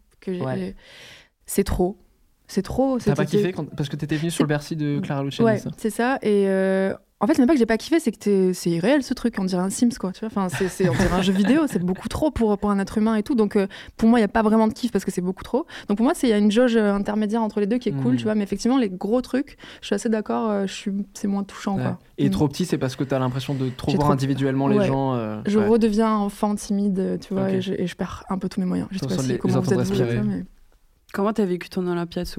S7: c'est trop. C'est trop.
S5: T'as pas kiffé parce que t'étais venue sur le Bercy de Clara Luciani,
S7: ouais, c'est ça. Et en fait, c'est même pas que j'ai pas kiffé, c'est que c'est irréel ce truc. On dirait un Sims, quoi. Tu vois, enfin, on dirait un jeu vidéo. C'est beaucoup trop pour un être humain et tout. Donc, pour moi, il y a pas vraiment de kiff parce que c'est beaucoup trop. Donc, pour moi, il y a une jauge intermédiaire entre les deux qui est cool, tu vois. Mais effectivement, les gros trucs, je suis assez d'accord. C'est moins touchant, quoi.
S5: Et trop petit, c'est parce que t'as l'impression de trop voir individuellement les gens.
S7: Je redeviens enfant timide, tu vois, et je perds un peu tous mes moyens. Je sais pas si comment vous êtes respirer. Mais...
S4: Comment t'as vécu ton Olympia Sous ?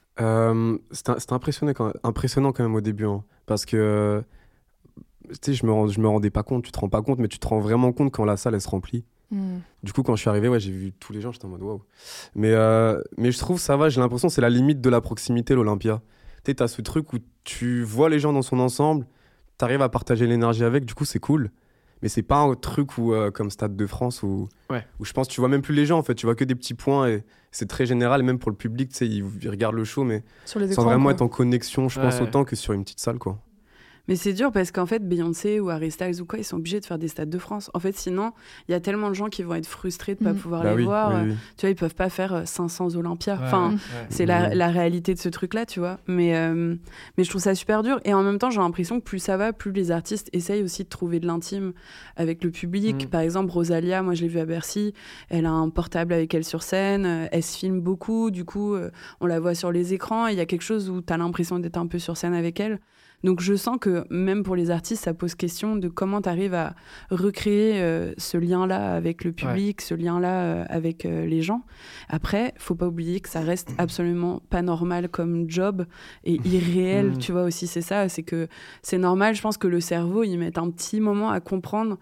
S6: C'était impressionnant quand même au début, parce que tu sais, je me rendais pas compte, tu te rends pas compte, mais tu te rends vraiment compte quand la salle elle se remplit. Du coup, quand je suis arrivé, j'ai vu tous les gens, j'étais en mode waouh. Mais je trouve ça va, j'ai l'impression que c'est la limite de la proximité, l'Olympia. Tu sais, t'as ce truc où tu vois les gens dans son ensemble, t'arrives à partager l'énergie avec, du coup c'est cool. Mais c'est pas un truc où, comme Stade de France où je pense que tu vois même plus les gens, en fait, tu vois que des petits points et c'est très général, même pour le public, tu sais, ils regardent le show, mais sans vraiment être en connexion, je pense, autant que sur une petite salle, quoi.
S4: Mais c'est dur parce qu'en fait, Beyoncé ou Harry Styles ou quoi, ils sont obligés de faire des stades de France. En fait, sinon, il y a tellement de gens qui vont être frustrés de ne pas pouvoir les voir. Oui. Tu vois, ils peuvent pas faire 500 Olympia. C'est la réalité de ce truc-là, tu vois. Mais je trouve ça super dur. Et en même temps, j'ai l'impression que plus ça va, plus les artistes essayent aussi de trouver de l'intime avec le public. Par exemple, Rosalia, moi, je l'ai vue à Bercy. Elle a un portable avec elle sur scène. Elle se filme beaucoup. Du coup, on la voit sur les écrans. Il y a quelque chose où tu as l'impression d'être un peu sur scène avec elle. Donc je sens que même pour les artistes, ça pose question de comment tu arrives à recréer ce lien-là avec le public, ce lien-là avec les gens. Après, faut pas oublier que ça reste absolument pas normal comme job et irréel, tu vois aussi, c'est ça, c'est que c'est normal, je pense que le cerveau, il met un petit moment à comprendre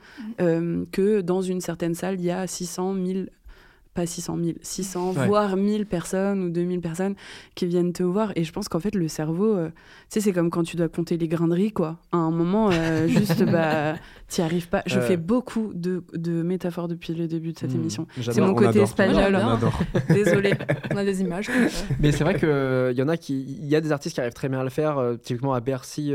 S4: que dans une certaine salle, il y a 600 000... pas 600 000, 600, voire 1000 personnes ou 2000 personnes qui viennent te voir. Et je pense qu'en fait, le cerveau, tu sais, c'est comme quand tu dois compter les grains de riz, quoi. À un moment, juste, t'y arrives pas. Je fais beaucoup de métaphores depuis le début de cette émission. C'est mon côté espagnol.
S6: On adore.
S4: Désolée.
S7: On a des images.
S5: Mais c'est vrai qu'il y en a il y a des artistes qui arrivent très bien à le faire. Typiquement à Bercy,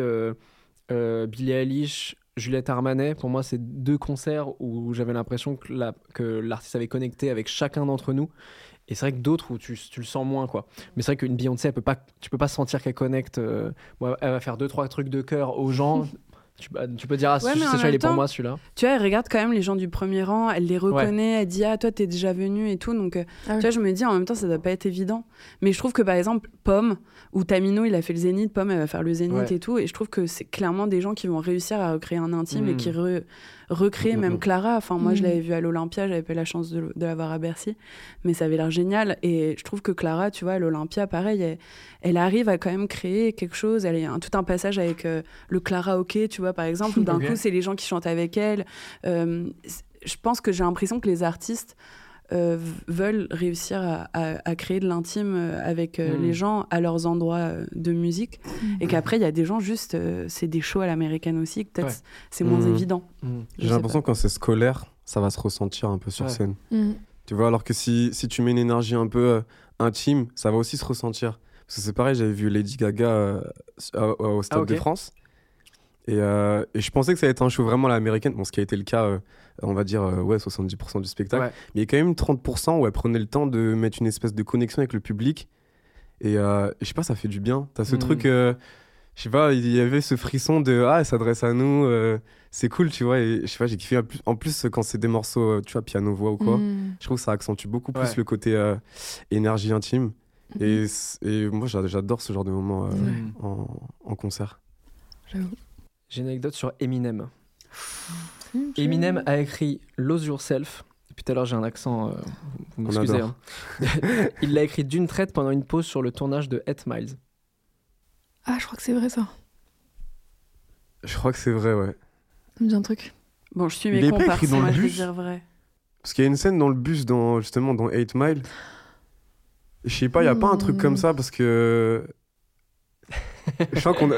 S5: Billie Eilish, Juliette Armanet, pour moi, c'est 2 concerts où j'avais l'impression que l'artiste avait connecté avec chacun d'entre nous. Et c'est vrai que d'autres où tu le sens moins, quoi. Mais c'est vrai qu'une Beyoncé, tu peux pas sentir qu'elle connecte. Elle va faire 2-3 trucs de cœur aux gens. Tu peux dire, c'est sûr, il est pour moi celui-là.
S4: Tu vois, elle regarde quand même les gens du premier rang, elle les reconnaît, elle dit, toi, t'es déjà venu et tout. Donc, tu vois, je me dis, en même temps, ça doit pas être évident. Mais je trouve que, par exemple, Pomme ou Tamino, il a fait le Zénith, Pomme, elle va faire le Zénith et tout. Et je trouve que c'est clairement des gens qui vont réussir à recréer un intime et qui recréer même Clara. Enfin, moi, je l'avais vue à l'Olympia, j'avais pas eu la chance de la voir à Bercy, mais ça avait l'air génial. Et je trouve que Clara, tu vois, à l'Olympia, pareil, elle arrive à quand même créer quelque chose. Elle a tout un passage avec le Clara Hockey, tu vois, par exemple, où d'un coup, c'est les gens qui chantent avec elle. Je pense que j'ai l'impression que les artistes veulent réussir à créer de l'intime avec les gens à leurs endroits de musique, et qu'après il y a des gens juste c'est des shows à l'américaine aussi, peut-être c'est moins évident.
S6: J'ai l'impression que quand c'est scolaire, ça va se ressentir un peu sur scène. Tu vois, alors que si tu mets une énergie un peu intime, ça va aussi se ressentir. Parce que c'est pareil, j'avais vu Lady Gaga au Stade de France. Et je pensais que ça allait être un show vraiment à l'américaine, bon, ce qui a été le cas, on va dire 70% du spectacle. Mais il y a quand même 30% où elle prenait le temps de mettre une espèce de connexion avec le public. Et je sais pas, ça fait du bien. T'as ce truc, je sais pas, il y avait ce frisson de elle s'adresse à nous, c'est cool, tu vois. Et je sais pas, j'ai kiffé. En plus, quand c'est des morceaux, tu vois, piano-voix ou quoi, je trouve que ça accentue beaucoup plus le côté énergie intime. Et moi, j'adore ce genre de moment en concert.
S7: J'avoue.
S5: J'ai une anecdote sur Eminem. Eminem a écrit Lose Yourself. Depuis tout à l'heure, j'ai un accent, vous m'excusez. Hein. Il l'a écrit d'une traite pendant une pause sur le tournage de 8 Miles.
S7: Ah, je crois que c'est vrai ça.
S6: Je crois que c'est vrai, ouais.
S7: Ça me dit un truc.
S4: Bon, je suis mes comparses, moi je vais dire vrai.
S6: Parce qu'il y a une scène dans le bus, justement dans 8 Miles. Je sais pas, il n'y a pas un truc comme ça parce que. Je sens qu'on a.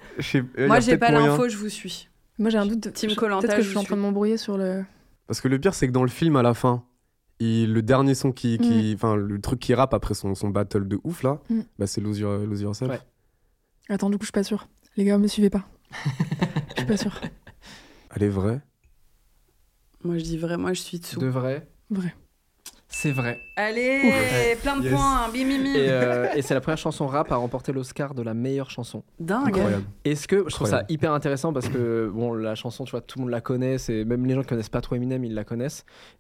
S4: Moi, j'ai pas l'info, je vous suis.
S7: Moi, j'ai un doute.
S4: Team Koh-Lanta,
S7: peut-être que je suis en train de m'embrouiller sur le.
S6: Parce que le pire, c'est que dans le film, à la fin, le dernier son enfin, le truc qui rappe après son battle de ouf, là, bah, c'est Lose Yourself. Ouais.
S7: Attends, du coup, je suis pas sûre. Les gars, me suivez pas. Je suis pas sûre.
S6: Elle est vraie?
S4: Moi, je dis vrai, moi, je suis dessous.
S5: De vrai?
S7: Vrai.
S5: C'est vrai.
S4: Allez, plein de points, bimimi.
S5: Et c'est la première chanson rap à remporter l'Oscar de la meilleure chanson.
S4: Dingue.
S6: Incroyable.
S5: Est-ce que je trouve ça hyper intéressant parce que bon, la chanson, tu vois, tout le monde la connaît, même les gens qui connaissent pas trop Eminem, ils la connaissent.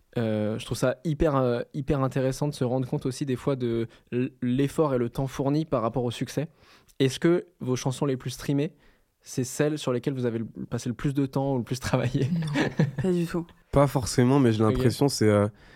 S5: Je trouve ça hyper intéressant de se rendre compte aussi des fois de l'effort et le temps fourni par rapport au succès. Est-ce que vos chansons les plus streamées, c'est celles sur lesquelles vous avez passé le plus de temps ou le plus travaillé?
S4: Non, pas du tout.
S6: Pas forcément, mais j'ai l'impression c'est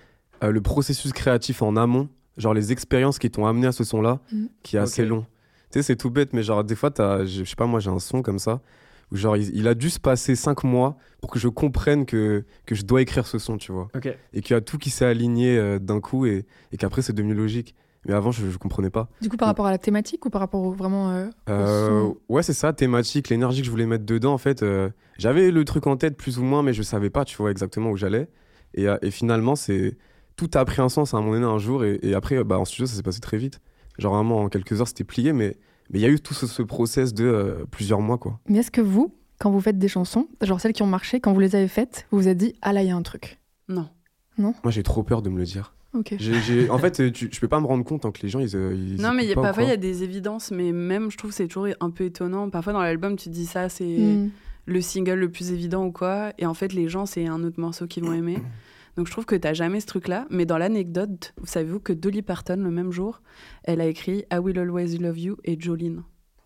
S6: le processus créatif en amont, genre les expériences qui t'ont amené à ce son-là, qui est assez long. Tu sais, c'est tout bête, mais genre des fois, je sais pas, moi j'ai un son comme ça, où genre il a dû se passer 5 mois pour que je comprenne que je dois écrire ce son, tu vois. Et qu'il y a tout qui s'est aligné d'un coup et qu'après c'est devenu logique. Mais avant, je comprenais pas.
S7: Du coup, par rapport à la thématique ou par rapport vraiment au son?
S6: Ouais, c'est ça, thématique, l'énergie que je voulais mettre dedans, en fait. J'avais le truc en tête plus ou moins, mais je savais pas, tu vois, exactement où j'allais. Et finalement, tout a pris un sens à un moment donné, un jour, et après, en studio, ça s'est passé très vite. Genre vraiment, en quelques heures, c'était plié, mais il y a eu tout ce process de plusieurs mois, quoi.
S7: Mais est-ce que vous, quand vous faites des chansons, genre celles qui ont marché, quand vous les avez faites, vous vous êtes dit « Ah là, il y a un truc ».
S4: Non.
S7: Non ?
S6: Moi, j'ai trop peur de me le dire.
S7: Ok.
S6: En fait, je peux pas me rendre compte tant que les gens, ils
S4: non, mais
S6: pas,
S4: parfois, il y a des évidences, mais même, je trouve que c'est toujours un peu étonnant. Parfois, dans l'album, tu te dis ça, c'est le single le plus évident ou quoi, et en fait, les gens, c'est un autre morceau qu'ils vont aimer. Donc je trouve que t'as jamais ce truc-là, mais dans l'anecdote, savez-vous que Dolly Parton, le même jour, elle a écrit I Will Always Love You et Jolene.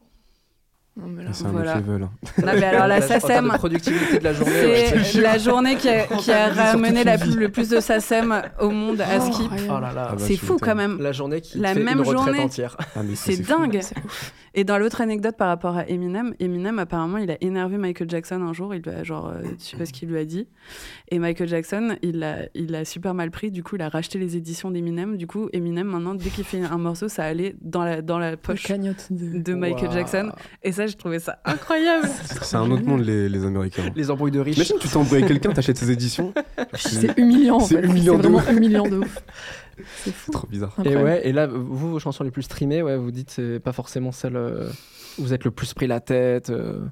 S7: Non, mais là,
S6: c'est un autre level.
S4: Non, mais alors la SACEM,
S5: la productivité de la journée,
S4: c'est la journée qui a ramené le plus de SACEM au monde à Skip.
S5: Oh là là.
S4: C'est fou quand même.
S5: La journée qui
S4: la
S5: fait
S4: même
S5: une retraite
S4: journée.
S5: entière.
S4: C'est dingue. Et dans l'autre anecdote par rapport à Eminem, apparemment, il a énervé Michael Jackson un jour. Il lui a je sais pas ce qu'il lui a dit. Et Michael Jackson, il a super mal pris. Du coup, il a racheté les éditions d'Eminem. Du coup, Eminem, maintenant, dès qu'il fait un morceau, ça allait dans la poche de Michael Jackson. Et ça, je trouvais ça incroyable.
S6: C'est un autre monde, les Américains.
S5: Les embrouilles de riches.
S6: Imagine, tu t'embrouilles avec quelqu'un, t'achètes ses éditions.
S7: C'est humiliant, en fait. C'est vraiment humiliant de ouf.
S6: C'est fou. Trop bizarre.
S5: Et là, vous, vos chansons les plus streamées, vous dites c'est pas forcément celle où vous êtes le plus pris la tête.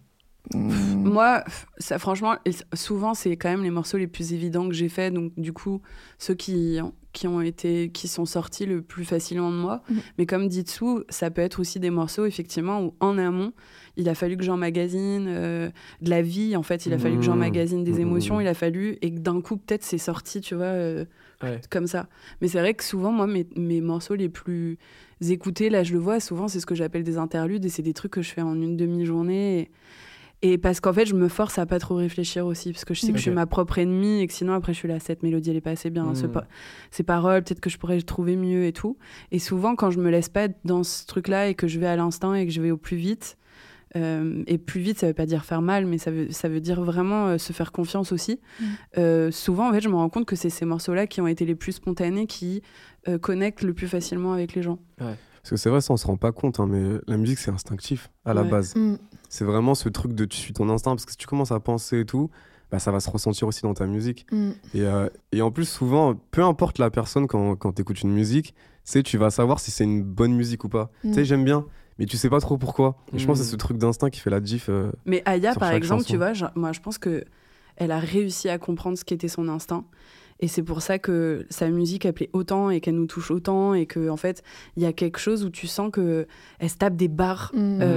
S4: Moi, ça, franchement, souvent c'est quand même les morceaux les plus évidents que j'ai faits. Donc du coup, ceux qui sont sortis le plus facilement de moi. Mais comme dit Dessous, ça peut être aussi des morceaux effectivement où en amont, il a fallu que j'emmagasine de la vie. En fait, il a fallu que j'emmagasine des émotions. Il a fallu et que d'un coup peut-être c'est sorti, tu vois. Comme ça. Mais c'est vrai que souvent, moi, mes morceaux les plus écoutés, là, je le vois, souvent, c'est ce que j'appelle des interludes et c'est des trucs que je fais en une demi-journée. Et parce qu'en fait, je me force à pas trop réfléchir aussi, parce que je sais que je suis ma propre ennemie et que sinon, après, je suis là, cette mélodie, elle est pas assez bien. Ces paroles, peut-être que je pourrais trouver mieux et tout. Et souvent, quand je me laisse pas être dans ce truc-là et que je vais à l'instinct et que je vais au plus vite, Et plus vite, ça veut pas dire faire mal, mais ça veut dire vraiment se faire confiance aussi. Souvent, en fait, je me rends compte que c'est ces morceaux-là qui ont été les plus spontanés, qui connectent le plus facilement avec les gens.
S6: Ouais. Parce que c'est vrai, ça on se rend pas compte, hein, mais la musique c'est instinctif à la base. C'est vraiment ce truc de tu suis ton instinct, parce que si tu commences à penser et tout, bah, ça va se ressentir aussi dans ta musique. Et en plus, souvent, peu importe la personne quand t'écoutes une musique, tu vas savoir si c'est une bonne musique ou pas. Tu sais, j'aime bien, mais tu sais pas trop pourquoi. Et je pense que c'est ce truc d'instinct qui fait la diff.
S4: Mais Aya, par exemple,
S6: chanson.
S4: tu vois, moi je pense que elle a réussi à comprendre ce qu'était son instinct. Et c'est pour ça que sa musique, elle plaît autant et qu'elle nous touche autant. Et qu'en fait, il y a quelque chose où tu sens qu'elle se tape des barres.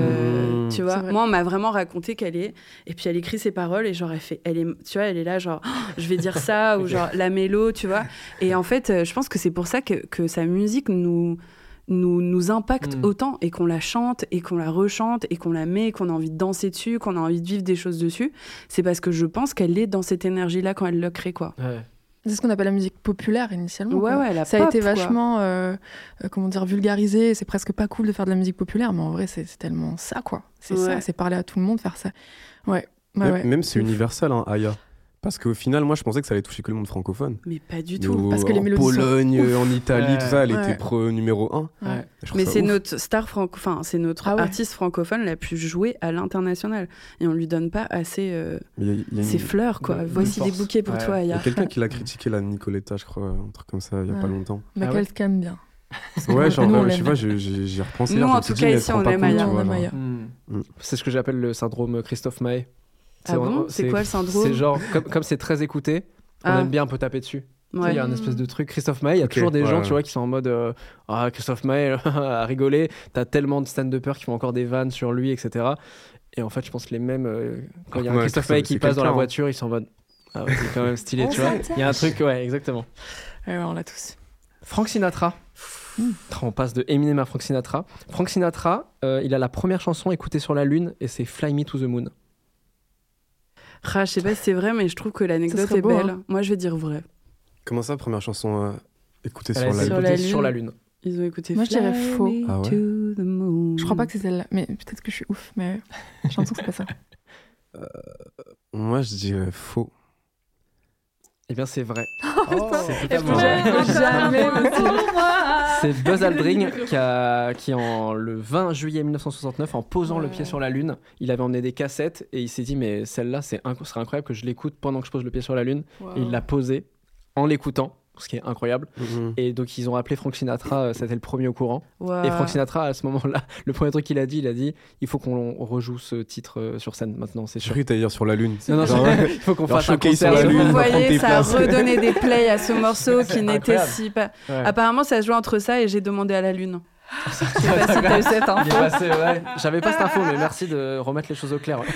S4: Tu vois, moi, on m'a vraiment raconté qu'elle est... Et puis, elle écrit ses paroles et genre, elle est là, genre, oh, je vais dire ça, ou genre, la mélo, tu vois. Et en fait, je pense que c'est pour ça que sa musique nous impacte autant, et qu'on la chante et qu'on la rechante et qu'on la met, et qu'on a envie de danser dessus, qu'on a envie de vivre des choses dessus. C'est parce que je pense qu'elle est dans cette énergie-là quand elle le crée, quoi.
S5: Ouais.
S7: C'est ce qu'on appelle la musique populaire initialement.
S4: La
S7: ça
S4: pop,
S7: a été
S4: quoi.
S7: vachement vulgarisé. C'est presque pas cool de faire de la musique populaire, mais en vrai, c'est tellement ça, quoi. C'est ça, c'est parler à tout le monde, faire ça.
S6: Même c'est universel, hein, Aya. Parce qu'au final, moi, je pensais que ça allait toucher que le monde francophone.
S4: Mais pas du tout.
S7: Parce que les mélodies
S6: en Pologne,
S7: sont
S6: en Italie, tout ça, elle était numéro 1.
S7: Ouais.
S4: Mais c'est notre c'est notre artiste francophone la plus jouée à l'international. Et on lui donne pas assez ses fleurs, quoi. Voici des bouquets pour toi, Aya.
S6: Il y a quelqu'un qui l'a critiqué, la Nicoletta, je crois, un truc comme ça, il y a pas longtemps.
S7: Mais qu'elle se calme bien.
S6: Ouais, genre,
S7: Nous,
S6: je sais pas, j'y repensé.
S4: Nous, en tout cas, ici, on aime Aya.
S5: C'est ce que j'appelle le syndrome Christophe Maé.
S4: Ah bon ? C'est quoi le syndrome ?
S5: C'est genre, comme c'est très écouté, on aime bien un peu taper dessus. Il y a un espèce de truc. Christophe Maé, il y a toujours des gens, tu vois, qui sont en mode Christophe Maé à rigoler. T'as tellement de stand-uppers qui font encore des vannes sur lui, etc. Et en fait, je pense que les mêmes, quand il y a un Christophe Maé qui passe dans la voiture, ils sont en mode c'est quand même stylé, tu vois. Il y a un truc, exactement.
S7: Ouais, on l'a tous.
S5: Frank Sinatra. On passe de Eminem à Frank Sinatra. Frank Sinatra, il a la première chanson écoutée sur la Lune et c'est Fly Me to the Moon.
S4: Je sais pas si c'est vrai, mais je trouve que l'anecdote est
S7: beau,
S4: belle.
S7: hein.
S4: Moi, je vais dire vrai.
S6: Comment ça, première chanson écoutée
S5: sur la Lune.
S4: Ils ont écouté
S7: Moi, je dirais faux.
S6: Ah ouais.
S4: to the moon.
S7: Je crois pas que c'est celle-là, mais peut-être que je suis ouf, mais j'ai l'impression que c'est pas ça.
S6: Moi, je dirais faux.
S5: Eh bien, c'est vrai.
S7: C'est
S5: totalement vrai. C'est Buzz Aldrin qui le 20 juillet 1969, en posant le pied sur la Lune, il avait emmené des cassettes et il s'est dit mais celle-là, ce serait incroyable que je l'écoute pendant que je pose le pied sur la Lune. Et il l'a posée en l'écoutant, ce qui est incroyable. Et donc ils ont appelé Frank Sinatra, c'était le premier au courant. Et Frank Sinatra, à ce moment-là, le premier truc qu'il a dit, il faut qu'on rejoue ce titre sur scène maintenant, c'est sûr.
S6: J'ai cru que t'allais dire sur la Lune.
S5: Non, il faut qu'on fasse un
S6: showcase
S5: concert.
S6: sur la
S4: Et
S6: Lune,
S4: vous
S6: on va prendre
S4: voyez,
S6: tes
S4: ça a
S6: places.
S4: redonné des plays à ce morceau qui n'était
S5: incroyable.
S4: si pas...
S5: Ouais.
S4: Apparemment, ça se joue entre ça et J'ai demandé à la Lune. Je sais pas si t'as eu cette
S5: Il est
S4: info.
S5: passé, J'avais pas cette info, mais merci de remettre les choses au clair.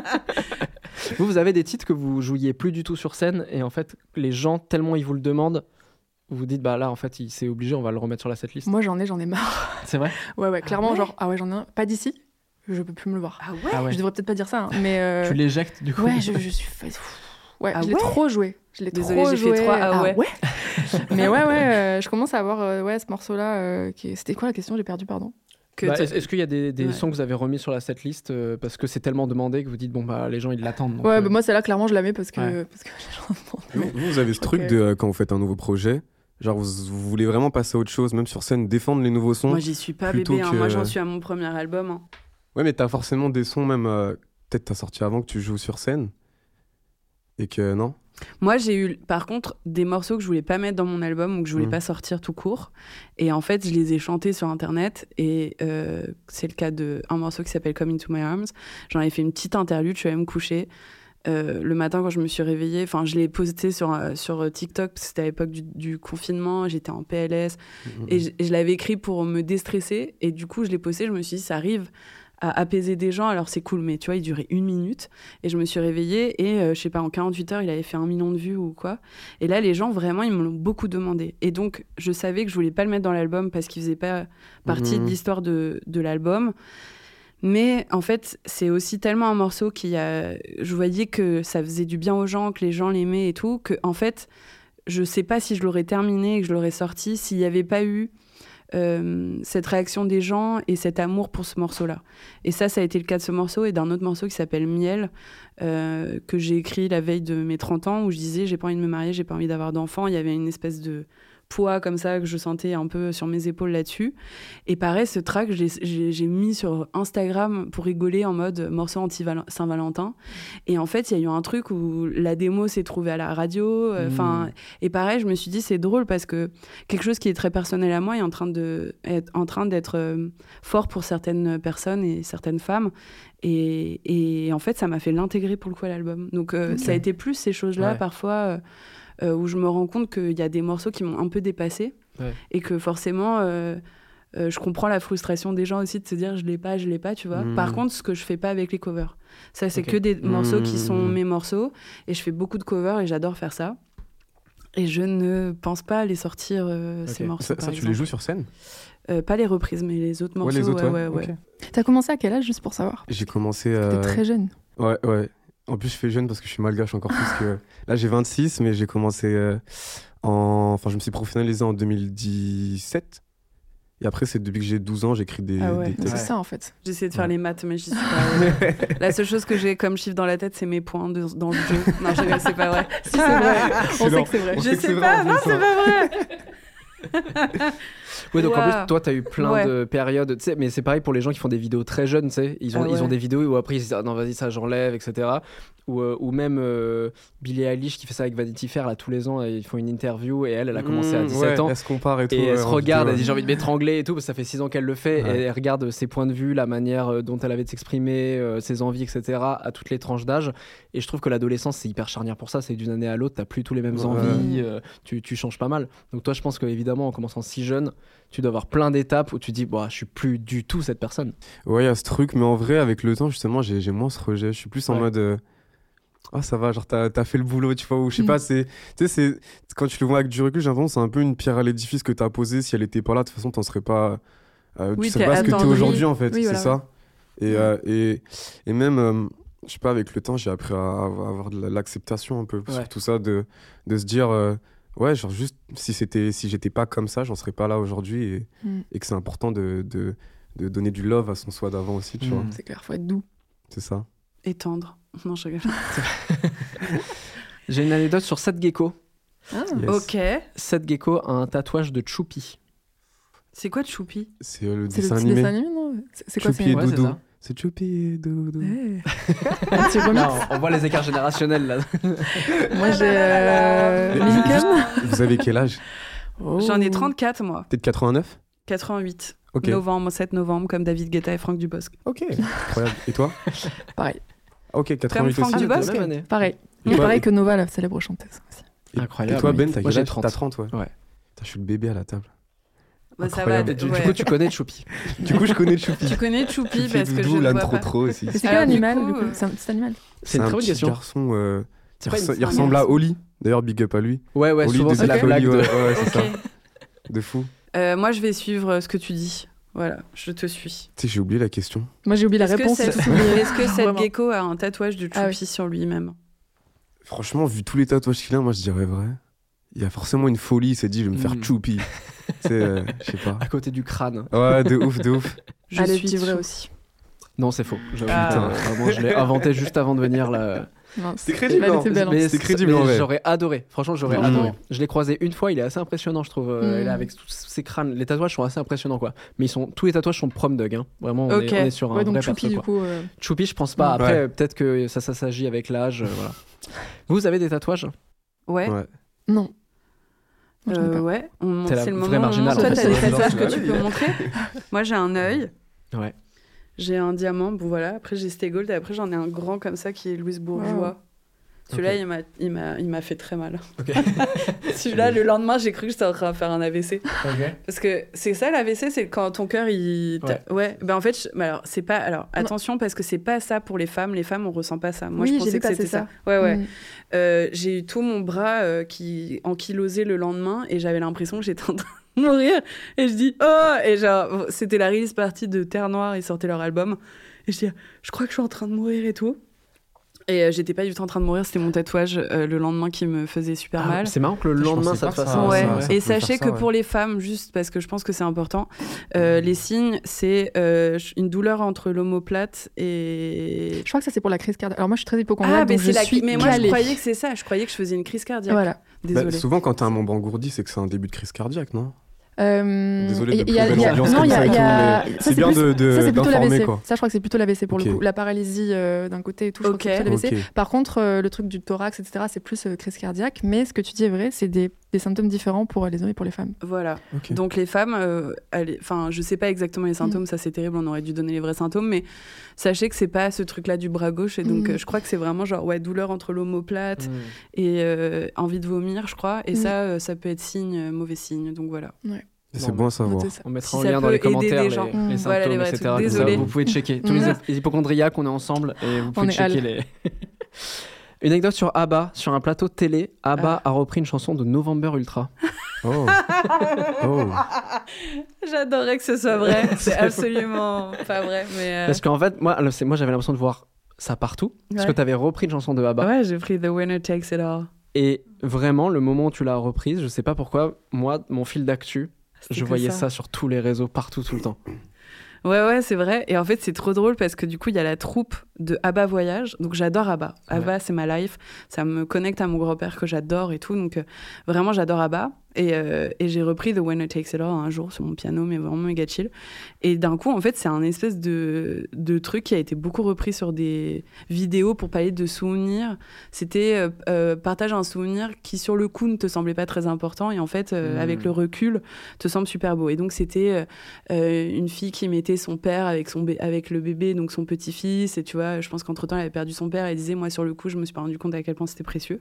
S5: Vous avez des titres que vous jouiez plus du tout sur scène et en fait, les gens, tellement ils vous le demandent, vous dites bah là en fait c'est obligé, on va le remettre sur la setlist.
S7: Moi, j'en ai marre.
S5: C'est vrai.
S7: Ouais, clairement, genre, j'en ai un. Pas d'ici, je peux plus me le voir.
S4: Ah ouais.
S7: Je devrais peut-être pas dire ça, hein, mais.
S5: Tu l'éjectes du coup.
S7: Ouais, je suis fait. Ouais,
S4: Ah
S7: je l'ai
S4: ouais
S7: trop joué.
S4: Désolée,
S7: trop
S4: j'ai
S7: joué.
S4: fait 3 ouais.
S7: Mais je commence à avoir ce morceau-là. C'était quoi la question ? J'ai perdu, pardon.
S5: Est-ce qu'il y a des sons que vous avez remis sur la setlist parce que c'est tellement demandé que vous dites bon bah les gens ils l'attendent. Donc,
S7: Moi celle-là clairement je la mets parce que les gens demandent.
S6: Vous avez ce truc de quand vous faites un nouveau projet, genre vous voulez vraiment passer à autre chose, même sur scène, défendre les nouveaux sons.
S4: Moi, j'y suis pas
S6: plutôt
S4: bébé.
S6: que-
S4: Moi, j'en suis à mon premier album. hein.
S6: Ouais, mais t'as forcément des sons même peut-être t'as sorti avant que tu joues sur scène et que non.
S4: Moi, j'ai eu, par contre, des morceaux que je voulais pas mettre dans mon album ou que je voulais pas sortir tout court. Et en fait, je les ai chantés sur Internet. Et c'est le cas d'un morceau qui s'appelle Come Into My Arms. J'en ai fait une petite interlude, je suis allée me coucher. Le matin, quand je me suis réveillée, je l'ai posté sur TikTok, parce que c'était à l'époque du confinement, j'étais en PLS. Et je l'avais écrit pour me déstresser. Et du coup, je l'ai posté, je me suis dit, ça arrive à apaiser des gens, alors c'est cool, mais tu vois, il durait 1 minute, et je me suis réveillée, et je sais pas, en 48 heures, il avait fait 1 million de vues ou quoi, et là, les gens, vraiment, ils me l'ont beaucoup demandé, et donc, je savais que je voulais pas le mettre dans l'album, parce qu'il faisait pas partie de l'histoire de l'album, mais en fait, c'est aussi tellement un morceau je voyais que ça faisait du bien aux gens, que les gens l'aimaient et tout, que, en fait, je sais pas si je l'aurais terminé et que je l'aurais sorti s'il y avait pas eu cette réaction des gens et cet amour pour ce morceau-là. Et ça a été le cas de ce morceau et d'un autre morceau qui s'appelle Miel, que j'ai écrit la veille de mes 30 ans, où je disais j'ai pas envie de me marier, j'ai pas envie d'avoir d'enfants. Il y avait une espèce de poids comme ça que je sentais un peu sur mes épaules là-dessus. Et pareil, ce track, j'ai mis sur Instagram pour rigoler en mode morceau anti-Saint-Valentin. Et en fait, il y a eu un truc où la démo s'est trouvée à la radio. Et pareil, je me suis dit, c'est drôle parce que quelque chose qui est très personnel à moi est en train d'être fort pour certaines personnes et certaines femmes. Et en fait, ça m'a fait l'intégrer pour le coup à l'album. Donc, ça a été plus ces choses-là, parfois... où je me rends compte qu'il y a des morceaux qui m'ont un peu dépassée et que forcément je comprends la frustration des gens aussi de se dire je l'ai pas, tu vois. Par contre, ce que je fais pas avec les covers, ça c'est que des morceaux qui sont mes morceaux et je fais beaucoup de covers et j'adore faire ça et je ne pense pas les sortir ces morceaux.
S6: Ça tu les joues sur scène?
S4: Pas les reprises mais les autres morceaux.
S6: Les autres,
S4: ouais.
S7: T'as commencé à quel âge, juste pour savoir?
S6: J'ai commencé...
S7: T'étais très jeune.
S6: Ouais. En plus, je fais jeune parce que je suis malgache encore plus que... Là, j'ai 26, mais j'ai commencé Enfin, je me suis professionnalisé en 2017. Et après, c'est depuis que j'ai 12 ans, j'écris des textes.
S7: C'est ça, en fait.
S4: J'essaie de faire les maths, mais j'y suis pas. La seule chose que j'ai comme chiffre dans la tête, c'est mes points dans le jeu. Non, c'est pas vrai. Si, c'est vrai. On sait que c'est vrai. Je sais pas, non, c'est pas vrai.
S5: Oui, donc en plus, toi, t'as eu plein de périodes, tu sais, mais c'est pareil pour les gens qui font des vidéos très jeunes, tu sais, ils ont des vidéos où après ils disent non, vas-y, ça j'enlève, etc. Ou même Billie Eilish qui fait ça avec Vanity Fair, là, tous les ans, ils font une interview et elle a commencé à 17 ans.
S6: Elle se compare et tout.
S5: Et elle se regarde, elle dit j'ai envie de m'étrangler et tout, parce que ça fait 6 ans qu'elle le fait, et elle regarde ses points de vue, la manière dont elle avait de s'exprimer, ses envies, etc., à toutes les tranches d'âge. Et je trouve que l'adolescence, c'est hyper charnière pour ça, c'est d'une année à l'autre, t'as plus tous les mêmes envies, tu changes pas mal. Donc toi, je pense qu'évidemment, en commençant si jeune, tu dois avoir plein d'étapes où tu dis je suis plus du tout cette personne.
S6: Ouais, il y a ce truc, mais en vrai avec le temps justement j'ai moins ce rejet, je suis plus en mode ça va, genre t'as fait le boulot, tu vois, ou je sais pas, c'est quand tu le vois avec du recul, j'ai l'impression c'est un peu une pierre à l'édifice que t'as posée. Si elle était pas là, de toute façon t'en serais pas tu serais pas ce que t'es aujourd'hui en fait, c'est ça. Et même je sais pas, avec le temps j'ai appris à avoir de l'acceptation un peu sur tout ça, de se dire genre juste si j'étais pas comme ça, j'en serais pas là aujourd'hui, et que c'est important de donner du love à son soi d'avant aussi, tu vois.
S7: C'est clair, faut être doux.
S6: C'est ça.
S4: Et tendre. Non, je rigole.
S5: J'ai une anecdote sur Seth Gecko.
S6: Yes.
S4: Ok.
S5: Seth Gecko a un tatouage de Choupi.
S4: C'est quoi Choupi?
S6: C'est le
S7: C'est
S6: dessin
S7: le
S6: animé.
S7: dessin animé, non? C'est quoi?
S6: Choupi et Doudou.
S5: C'est ça.
S6: C'est Choupi et Doudou.
S7: Tu remixes.
S5: Non, on voit les écarts générationnels là.
S7: Moi, j'ai Lincoln.
S6: Vous avez quel âge?
S4: J'en ai 34, moi.
S6: T'es de 89?
S4: 88.
S6: Ok.
S4: 7 novembre, comme David Guetta et Franck Dubosc.
S6: Ok. Incroyable. Et toi?
S7: Pareil.
S6: Ok, 88
S4: Franck
S6: aussi.
S4: Dubosc.
S7: Pareil.
S6: Et
S7: Et
S6: toi,
S7: pareil que Nova, la célèbre chanteuse aussi.
S5: Incroyable.
S6: Et toi, Ben,
S5: oui.
S6: t'as
S5: Moi,
S6: quel
S5: j'ai
S6: âge?
S5: 30.
S6: T'as 30, ouais.
S5: Ouais.
S6: Putain, je suis le bébé à la table.
S4: Bah, ça va.
S6: Incroyable.
S5: Du coup, tu connais Choupi.
S6: Du coup, je connais Choupi.
S4: Tu connais Choupi
S6: Choupi et
S4: parce que je
S6: Doudou,
S4: ne
S6: l'âne
S4: vois pas.
S6: trop aussi.
S7: Et c'est quel
S4: Alors, du
S7: animal,
S4: coup,
S7: du coup? C'est un petit animal.
S5: C'est une très bonne
S6: petit
S5: question.
S6: garçon.
S5: C'est
S6: Il ressemble à Oli. D'ailleurs, big up à lui.
S5: Ouais,
S6: Oli
S5: souvent
S6: de
S5: c'est la
S6: Big
S5: blague
S6: Oli,
S5: de...
S6: ouais, c'est ça.
S4: Ok.
S6: De fou.
S4: Moi, je vais suivre ce que tu dis. Voilà, je te suis.
S6: Tu sais, j'ai oublié la question.
S7: Moi, j'ai oublié la
S4: Est-ce que
S7: réponse.
S4: Seth
S7: Vraiment.
S4: Gecko a un tatouage de Choupi
S7: Ah oui.
S4: sur lui-même?
S6: Franchement, vu tous les tatouages qu'il a, moi je dirais vrai. Il y a forcément une folie, il s'est dit je vais me faire Choupi. Tu sais, je sais pas.
S5: À côté du crâne.
S6: Ouais, de ouf, de ouf.
S7: Allez,
S4: suis
S7: je dis vrai
S4: Chou-
S7: aussi.
S5: Non, c'est faux. J'avoue,
S4: Ah.
S5: vraiment, je l'ai inventé juste avant de venir là.
S7: C'est
S6: crédible,
S7: Elle
S6: hein.
S7: était belle.
S5: Mais
S6: c'est crédible, en vrai.
S5: j'aurais adoré. Franchement, j'aurais
S7: Franchement.
S5: adoré. Je l'ai croisé une fois, il est assez impressionnant, je trouve. Là, avec tous ces crânes. Les tatouages sont assez impressionnants, quoi. Mais tous les tatouages sont prom dog. Hein. Vraiment, on est sur un
S7: Ouais, donc
S5: vrai
S7: Choupi,
S5: perso,
S7: du
S5: quoi.
S7: coup.
S5: Choupi, je pense pas. Après, peut-être que ça s'agit avec l'âge. Voilà. Vous avez des tatouages?
S4: Ouais.
S6: Ouais.
S7: Non. Moi, j'en ai pas.
S4: Ouais.
S5: T'es la
S4: C'est le
S5: vraie
S4: moment où on
S5: marginale,
S4: montre.
S5: en
S4: Toi,
S5: fait.
S4: t'as des
S5: C'est
S4: tatouages
S6: vrai.
S4: que tu peux montrer? Moi, j'ai un œil.
S5: Ouais.
S4: J'ai un diamant. Bon, voilà. Après, j'ai Stay Gold. Et après, j'en ai un grand comme ça qui est Louise Bourgeois. Celui-là,
S5: Ok.
S4: il m'a fait très mal.
S5: Ok.
S4: Celui-là, le lendemain, j'ai cru que j'étais en train de faire un AVC. Parce que c'est ça, l'AVC, c'est quand ton cœur, il... Ouais. Ben, en fait, mais alors, c'est pas... Alors, attention, parce que c'est pas ça pour les femmes. Les femmes, on ressent pas ça. Moi,
S7: Oui,
S4: je
S7: j'ai
S4: pensais
S7: vu
S4: que c'était
S7: passer
S4: ça.
S7: ça.
S4: Ouais. J'ai eu tout mon bras qui ankylosé le lendemain et j'avais l'impression que j'étais en train de mourir. Et je dis « Oh !» Et genre, c'était la release party de Terre Noire. Ils sortaient leur album. Et je dis « Je crois que je suis en train de mourir et tout. » Et j'étais pas du tout en train de mourir, c'était mon tatouage le lendemain qui me faisait super mal.
S5: C'est marrant que le lendemain ça te fasse ça.
S4: Ouais.
S6: ça
S4: Et
S6: pouvait
S4: sachez
S6: faire ça,
S4: que pour les femmes, juste parce que je pense que c'est important, les signes, c'est une douleur entre l'omoplate et...
S7: Je crois que ça c'est pour la crise cardiaque. Alors moi je suis très hypocondriaque,
S4: mais
S7: donc je suis
S4: mais moi je
S7: calée.
S4: croyais que c'est ça, je croyais que je faisais une crise cardiaque.
S7: Voilà.
S4: Désolée.
S6: Souvent, quand t'as un membre engourdi, c'est que c'est un début de crise cardiaque, non?
S7: Désolé
S6: de plomber l'ambiance
S7: non,
S6: comme
S7: il y
S6: ça et tout,
S7: a...
S6: mais c'est bien
S7: ça, c'est plutôt
S6: d'informer,
S7: l'AVC.
S6: quoi.
S7: Ça, je crois que c'est plutôt l'AVC pour
S6: Ok.
S7: le coup. La paralysie d'un côté et tout, je crois que c'est plutôt l'AVC.
S6: Ok.
S7: Par contre, le truc du thorax, etc., c'est plus crise cardiaque. Mais ce que tu dis est vrai, c'est des symptômes différents pour les hommes et pour les femmes.
S4: Voilà.
S6: Ok.
S4: Donc les femmes, enfin, je sais pas exactement les symptômes, ça c'est terrible, on aurait dû donner les vrais symptômes, mais sachez que c'est pas ce truc-là du bras gauche, et donc je crois que c'est vraiment genre douleur entre l'omoplate et envie de vomir, je crois, et ça peut être mauvais signe, donc voilà.
S7: Ouais.
S6: C'est bon à savoir.
S7: Notez ça.
S5: On mettra
S4: Si
S5: en
S4: ça
S5: lien dans
S4: peut
S5: les
S4: aider
S5: commentaires
S4: des gens.
S5: les
S4: Voilà,
S5: symptômes,
S4: les vrais
S5: etc.
S4: trucs.
S5: Comme ça,
S4: Désolée.
S5: vous pouvez checker. Tous les hypocondriaques, on est ensemble et vous pouvez
S7: On est
S5: checker
S7: Al.
S5: les... Une anecdote sur ABBA. Sur un plateau de télé, ABBA a repris une chanson de November Ultra.
S6: Oh.
S4: J'adorerais que ce soit vrai, c'est absolument pas vrai, mais...
S5: Parce qu'en fait, moi j'avais l'impression de voir ça partout. Parce que tu avais repris une chanson de ABBA.
S4: Ouais, j'ai pris The Winner Takes It All.
S5: Et vraiment, le moment où tu l'as reprise, je sais pas pourquoi, moi, mon fil d'actu, je voyais ça sur tous les réseaux, partout, tout le temps.
S4: Ouais, c'est vrai. Et en fait, c'est trop drôle parce que du coup, il y a la troupe de ABBA Voyage. Donc, j'adore ABBA. ABBA, c'est ma life. Ça me connecte à mon grand-père que j'adore et tout. Donc, vraiment, j'adore ABBA. Et j'ai repris The Winner Takes It All un jour sur mon piano, mais vraiment méga chill. Et d'un coup, en fait, c'est un espèce de truc qui a été beaucoup repris sur des vidéos pour parler de souvenirs. C'était partage un souvenir qui, sur le coup, ne te semblait pas très important. Et en fait, avec le recul, te semble super beau. Et donc, c'était une fille qui mettait son père avec le bébé, donc son petit-fils. Et tu vois, je pense qu'entre-temps, elle avait perdu son père. Elle disait, moi, sur le coup, je me suis pas rendu compte à quel point c'était précieux.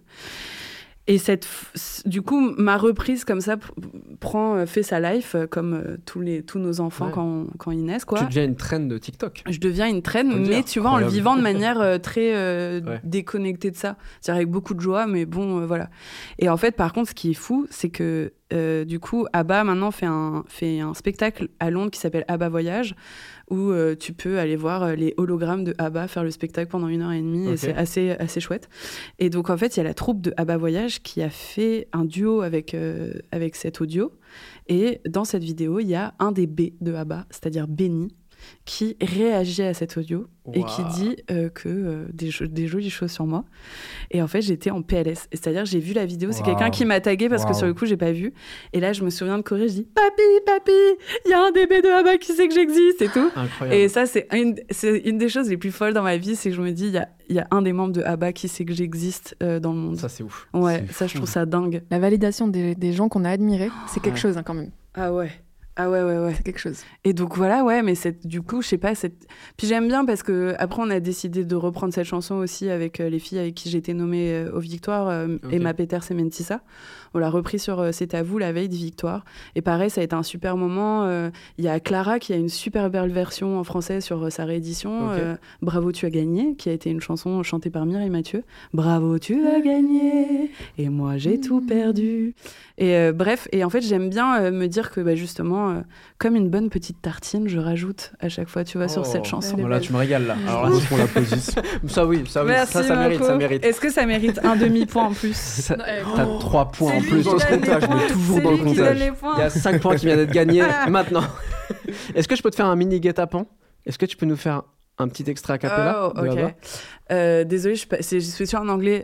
S4: Et du coup, ma reprise comme ça fait sa life comme tous nos enfants quand ils naissent, quoi.
S5: Tu deviens une trend de TikTok.
S4: Je deviens une traîne, mais tu vois, en le vivant de manière très déconnectée de ça. C'est-à-dire avec beaucoup de joie, mais bon, voilà. Et en fait, par contre, ce qui est fou, c'est que du coup, ABBA maintenant fait un spectacle à Londres qui s'appelle ABBA Voyage, où tu peux aller voir les hologrammes de ABBA faire le spectacle pendant 1h30, et c'est assez chouette. Et donc, en fait, il y a la troupe de ABBA Voyage qui a fait un duo avec cet audio. Et dans cette vidéo, il y a un des B de ABBA, c'est-à-dire Benny, qui réagit à cet audio et qui dit que des jolies choses sur moi. Et en fait, j'étais en PLS. C'est-à-dire, j'ai vu la vidéo, c'est quelqu'un qui m'a tagué parce que sur le coup, j'ai pas vu. Et là, je me souviens de Corée, je dis « Papi, il y a un DB de ABBA qui sait que j'existe » et tout.
S5: Incroyable.
S4: Et ça, c'est une des choses les plus folles dans ma vie, c'est que je me dis, il y a un des membres de ABBA qui sait que j'existe dans le monde.
S5: Ça, c'est ouf.
S4: Ouais, ça, je trouve ça dingue.
S7: La validation des gens qu'on a admirés, c'est quelque chose quand même.
S4: Ah ouais.
S7: C'est quelque chose.
S4: Et donc voilà, mais du coup, je sais pas, puis j'aime bien parce que après on a décidé de reprendre cette chanson aussi avec les filles avec qui j'étais nommée aux Victoires, Emma Peters et Mentissa. On l'a repris sur C'est à vous la veille des Victoires. Et pareil, ça a été un super moment. Il y a Clara qui a une super belle version en français sur sa réédition. Bravo, tu as gagné, qui a été une chanson chantée par Mireille Mathieu. Bravo, tu as gagné, et moi j'ai tout perdu. Et bref, et en fait, j'aime bien me dire que justement, comme une bonne petite tartine, je rajoute à chaque fois, tu vois, sur cette chanson.
S5: Voilà, tu me régales là. Alors là,
S6: On l'applaudisse.
S5: ça oui,
S4: Merci,
S5: ça mérite.
S4: Est-ce que ça mérite un demi-point en plus?
S5: T'as 3 points en plus
S6: dans le comptage, mais toujours dans le comptage.
S5: Il y a 5 points qui viennent d'être gagnés maintenant. Est-ce que je peux te faire un mini guet-apens? Est-ce que tu peux nous faire un petit extrait a cappella?
S4: Désolée, je suis sûre en anglais.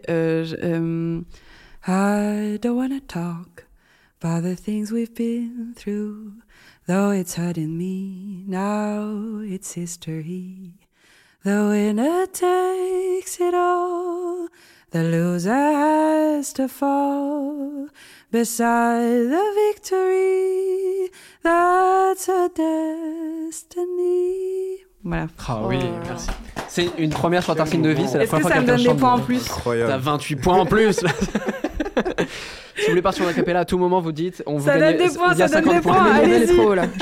S4: I don't wanna talk about the things we've been through, though it's hurting me, now it's history. The winner takes it all, the loser has to fall beside the victory, that's a destiny. Voilà.
S5: Ah oui, merci. C'est une première sur Tartine de vie, c'est la
S4: Est-ce
S5: première
S4: que
S5: fois
S4: ça me
S5: qu'elle
S4: donne des points en plus?
S6: Incroyable.
S5: T'as 28 points en plus. Si vous voulez partir en acapella à tout moment, vous dites, on vous
S4: Ça
S5: gagne.
S4: donne des points,
S5: il y a
S4: ça donne
S5: 50
S4: des points,
S7: Elle est
S4: allez-y.
S7: trop là.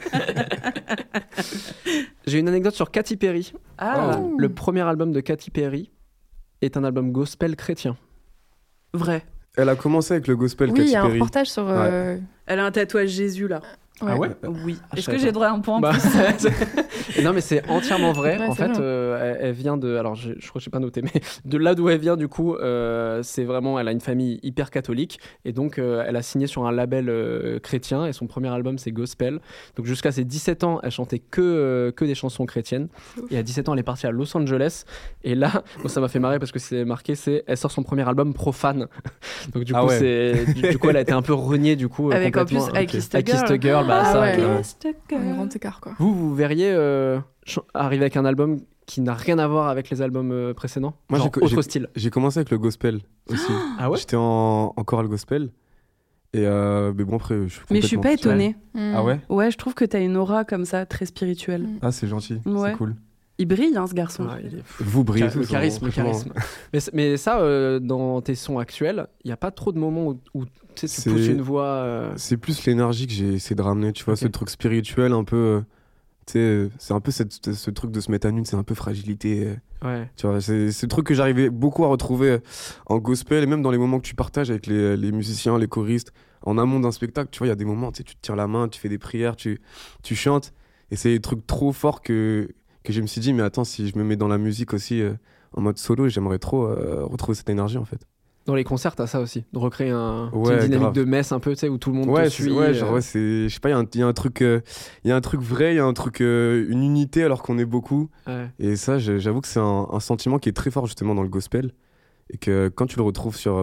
S5: J'ai une anecdote sur Katy Perry. Le premier album de Katy Perry est un album gospel chrétien.
S4: Vrai.
S6: Elle a commencé avec le gospel
S7: Oui, il
S6: Katy
S7: y a un
S6: Perry.
S7: reportage sur.
S4: Elle a un tatouage Jésus là.
S7: Ouais.
S5: Ah ouais
S4: Oui.
S5: je
S4: Est-ce
S5: savais
S4: que j'ai
S5: pas.
S4: droit à un point en
S5: Bah,
S4: plus
S5: non mais c'est entièrement vrai.
S7: Ouais,
S5: En
S7: c'est
S5: fait,
S7: vrai.
S5: elle vient de, alors je crois que j'ai pas noté, mais de là d'où elle vient du coup, c'est vraiment, elle a une famille hyper catholique et donc elle a signé sur un label chrétien et son premier album c'est Gospel. Donc jusqu'à ses 17 ans, elle chantait que des chansons chrétiennes. Et à 17 ans, elle est partie à Los Angeles et là, bon, ça m'a fait marrer parce que c'est marqué, elle sort son premier album Profane. Donc du
S6: Ah
S5: coup,
S6: ouais.
S5: du coup, elle a été un peu reniée du coup
S4: Avec en
S5: complètement.
S4: plus I Kissed a
S5: I Kissed a
S4: Girl.
S5: Girl, bah
S7: Ah
S5: ça.
S7: ouais.
S4: Kissed a girl.
S7: Un grand écart, quoi.
S5: Vous verriez arriver avec un album qui n'a rien à voir avec les albums précédents.
S6: Moi,
S5: genre autre style.
S6: J'ai commencé avec le gospel aussi.
S5: Ah ouais.
S6: J'étais en chorale gospel. Et mais bon, après, je suis
S4: Mais je suis pas
S6: complètement
S4: étonnée.
S6: Ah ouais.
S4: Ouais, je trouve que t'as une aura comme ça, très spirituelle.
S6: Ah, c'est gentil.
S4: Ouais.
S6: C'est cool.
S4: Il brille, hein, ce garçon.
S5: Ouais, il est fou.
S6: Vous brillez
S5: Le
S6: tous,
S5: charisme,
S6: hein,
S5: le charisme. Mais ça, dans tes sons actuels, il n'y a pas trop de moments où tu sais, tu
S6: C'est-
S5: pousses une voix.
S6: C'est plus l'énergie que j'ai essayé de ramener, tu vois,
S5: Ok.
S6: ce truc spirituel un peu. Tu sais, c'est un peu ce truc de se mettre à nu, c'est un peu fragilité.
S5: Ouais.
S6: Tu vois, c'est ce truc que j'arrivais beaucoup à retrouver en gospel et même dans les moments que tu partages avec les musiciens, les choristes, en amont d'un spectacle. Tu vois, il y a des moments, tu sais, tu te tiens la main, tu fais des prières, tu chantes. Et c'est des trucs trop forts que je me suis dit, mais attends, si je me mets dans la musique aussi en mode solo, j'aimerais trop retrouver cette énergie en fait.
S5: Dans les concerts, t'as ça aussi, de recréer une
S6: Ouais,
S5: dynamique
S6: grave.
S5: de messe un peu, tu sais, où tout le monde
S6: Ouais,
S5: te suit.
S6: genre, ouais, c'est, je sais pas, il y a un truc vrai, il y a un truc, une unité alors qu'on est beaucoup.
S5: Ouais.
S6: Et ça, j'avoue que c'est un sentiment qui est très fort justement dans le gospel. Et que quand tu le retrouves sur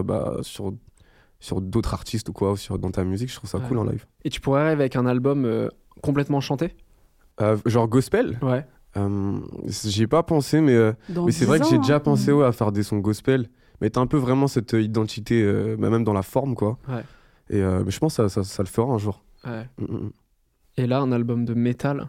S6: d'autres artistes ou quoi, ou dans ta musique, je trouve ça
S5: Ouais.
S6: cool en live.
S5: Et tu pourrais arriver avec un album complètement chanté.
S6: Genre gospel,
S5: Ouais.
S6: j'y ai pas pensé, mais c'est vrai que j'ai déjà pensé à faire des sons gospel. Mais t'as un peu vraiment cette identité, même dans la forme, quoi.
S5: Ouais.
S6: Et mais je pense que ça le fera un jour.
S5: Ouais.
S6: Mm.
S5: Et là, un album de métal.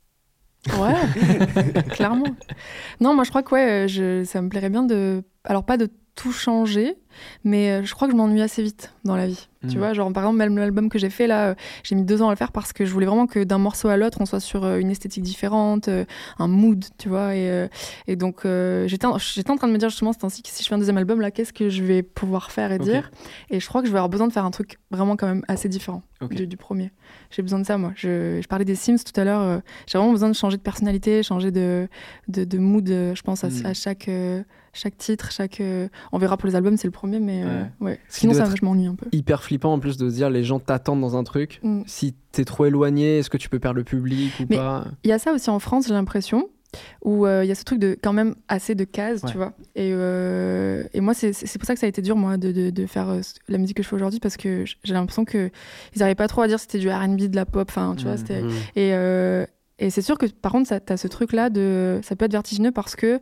S7: Ouais, clairement. Non, moi je crois que ça me plairait bien de. Alors, pas de tout changer, mais je crois que je m'ennuie assez vite dans la vie. Tu vois, genre par exemple, même l'album que j'ai fait là, j'ai mis 2 ans à le faire parce que je voulais vraiment que d'un morceau à l'autre, on soit sur une esthétique différente, un mood, tu vois. Et donc, j'étais en train de me dire justement, c'est ainsi que si je fais un deuxième album là, qu'est-ce que je vais pouvoir faire et dire. Et je crois que je vais avoir besoin de faire un truc vraiment quand même assez différent du premier. J'ai besoin de ça, moi. Je parlais des Sims tout à l'heure. J'ai vraiment besoin de changer de personnalité, changer de mood, je pense, à chaque titre, on verra pour les albums, c'est le premier, mais ouais. Sinon,
S5: doit
S7: ça,
S5: être
S7: je m'ennuie un peu.
S5: Hyper flippant en plus de se dire les gens t'attendent dans un truc. Si t'es trop éloigné, est-ce que tu peux perdre le public ou
S7: Mais
S5: pas?
S7: il y a ça aussi en France, j'ai l'impression, où il y a ce truc de quand même assez de cases, tu vois. Et moi, c'est pour ça que ça a été dur, moi, de faire la musique que je fais aujourd'hui, parce que j'ai l'impression qu'ils n'arrivaient pas trop à dire si c'était du R&B, de la pop, enfin, tu vois. Et c'est sûr que, par contre, t'as ce truc-là ça peut être vertigineux parce que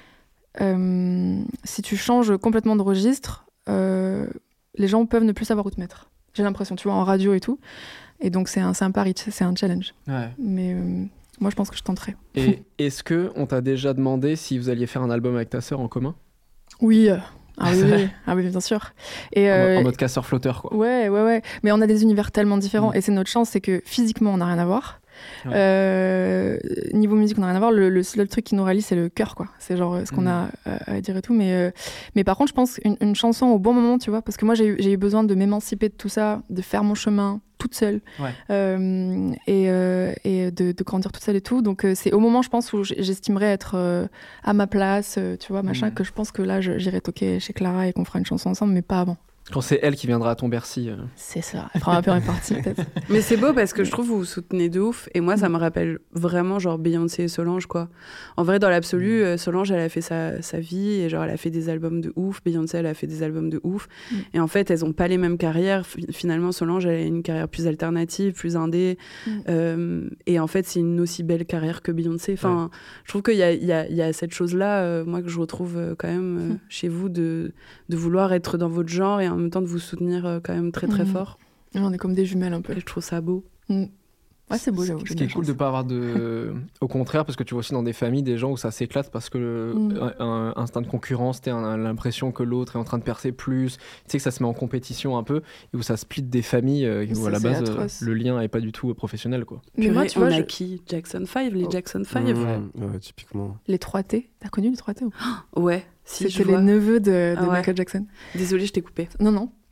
S7: si tu changes complètement de registre, les gens peuvent ne plus savoir où te mettre. J'ai l'impression, tu vois, en radio et tout. Et donc, c'est un pari, c'est un challenge. Ouais. Mais moi, je pense que je tenterai.
S5: Et est-ce qu'on t'a déjà demandé si vous alliez faire un album avec ta sœur en commun?
S7: Oui. Ah oui, bien sûr. Et
S5: en mode casseur-flotteur, quoi.
S7: Ouais. Mais on a des univers tellement différents. Et c'est notre chance, c'est que physiquement, on n'a rien à voir. Ouais. Niveau musique, on n'a rien à voir. Le seul truc qui nous rallie, c'est le cœur, quoi. C'est genre ce qu'on a à dire et tout. Mais par contre, je pense une chanson au bon moment, tu vois, parce que moi, j'ai eu besoin de m'émanciper de tout ça, de faire mon chemin toute seule, et de grandir toute seule et tout. Donc c'est au moment, je pense, où j'estimerais être à ma place, tu vois, machin, que je pense que là, j'irai toquer chez Clara et qu'on fera une chanson ensemble, mais pas avant.
S5: Quand c'est elle qui viendra à ton Bercy.
S7: C'est ça, elle fera un peu répartie peut-être.
S4: Mais c'est beau parce que je trouve que vous vous soutenez de ouf. Et moi, ça me rappelle vraiment genre Beyoncé et Solange, quoi. En vrai, dans l'absolu, Solange, elle a fait sa vie et genre elle a fait des albums de ouf. Beyoncé, elle a fait des albums de ouf. Et en fait, elles ont pas les mêmes carrières. Finalement, Solange, elle a une carrière plus alternative, plus indé. Et en fait, c'est une aussi belle carrière que Beyoncé. Enfin, je trouve qu'il y a cette chose-là, moi, que je retrouve quand même chez vous, de vouloir être dans votre genre et en même temps de vous soutenir quand même très très fort.
S7: On est comme des jumelles un peu.
S4: Et je trouve ça beau.
S7: Ouais, c'est beau, j'avoue.
S5: Ce qui est cool de ne pas avoir de. Au contraire, parce que tu vois aussi dans des familles des gens où ça s'éclate parce que un instinct de concurrence, on a l'impression que l'autre est en train de percer plus. Tu sais que ça se met en compétition un peu et où ça split des familles où à la base le lien n'est pas du tout professionnel, quoi.
S4: Mais moi, tu vois, on a qui Jackson 5, les Jackson 5.
S6: Ouais, typiquement.
S7: Les 3T. T'as connu les 3T ou
S4: Ouais. Si,
S7: c'était les neveux de Michael Jackson.
S4: Désolée, je t'ai coupé.
S7: Non.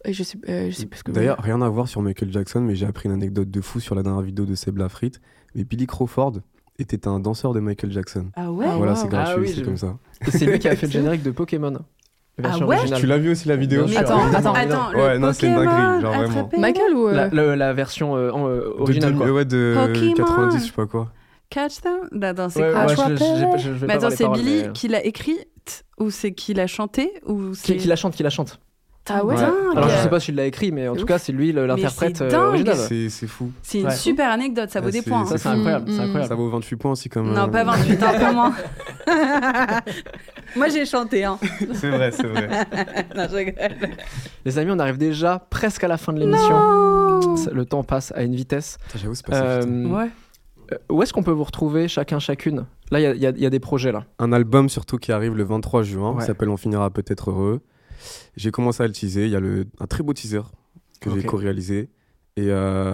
S7: Et je sais plus ce que.
S6: D'ailleurs, rien à voir sur Michael Jackson, mais j'ai appris une anecdote de fou sur la dernière vidéo de Seb Lafrite. Mais Billy Crawford était un danseur de Michael Jackson.
S4: Ah ouais.
S6: Voilà,
S7: wow.
S6: c'est gratuit,
S5: oui,
S6: c'est
S5: j'ai
S6: comme
S5: vu.
S6: ça.
S5: Et c'est lui qui a fait le générique de Pokémon. La version
S4: ouais
S5: originale.
S6: Tu l'as vu aussi la vidéo?
S5: Bien sûr.
S7: Attends.
S6: Ouais, non, c'est une dinguerie, genre vraiment.
S4: attrapez-le.
S7: Michael ou.
S5: La version originale, quoi.
S6: Ouais, de
S4: Pokémon.
S6: 90, je sais pas quoi.
S4: Catch them. Attends, c'est
S5: Ouais,
S4: quoi?
S5: ouais, je vais
S4: Mais
S5: pas
S4: attends,
S5: avoir les
S4: c'est
S5: paroles,
S4: Billy
S5: mais-
S4: qui l'a écrite ou c'est qui l'a chanté ou c'est
S5: Qui la chante.
S7: Ah ouais.
S5: Ouais.
S4: dingue.
S5: Alors je sais pas s'il l'a écrit, mais en
S7: C'est
S5: tout
S7: ouf.
S5: cas, c'est lui l'interprète
S4: c'est dingue.
S5: original.
S6: C'est fou.
S4: C'est une
S5: Ouais.
S4: super anecdote, ça vaut
S6: Ouais,
S4: des
S6: c'est-
S4: points.
S5: Ça, c'est incroyable. C'est incroyable.
S6: Ça vaut 28 points aussi comme.
S4: Non, pas 28, un peu moins. Moi, j'ai chanté. Hein.
S6: C'est vrai, c'est vrai.
S4: Non, je rigole.
S5: Les amis, on arrive déjà presque à la fin de l'émission. Le temps passe à une vitesse.
S6: Putain, j'avoue, c'est pas si vite.
S4: Ouais.
S5: Où est-ce qu'on peut vous retrouver chacune? Là, il y a des projets là.
S6: Un album surtout qui arrive le 23 juin,
S5: Ouais.
S6: qui s'appelle On finira peut-être heureux. J'ai commencé à le teaser, il y a un très beau teaser que j'ai
S5: Ok.
S6: co-réalisé. Et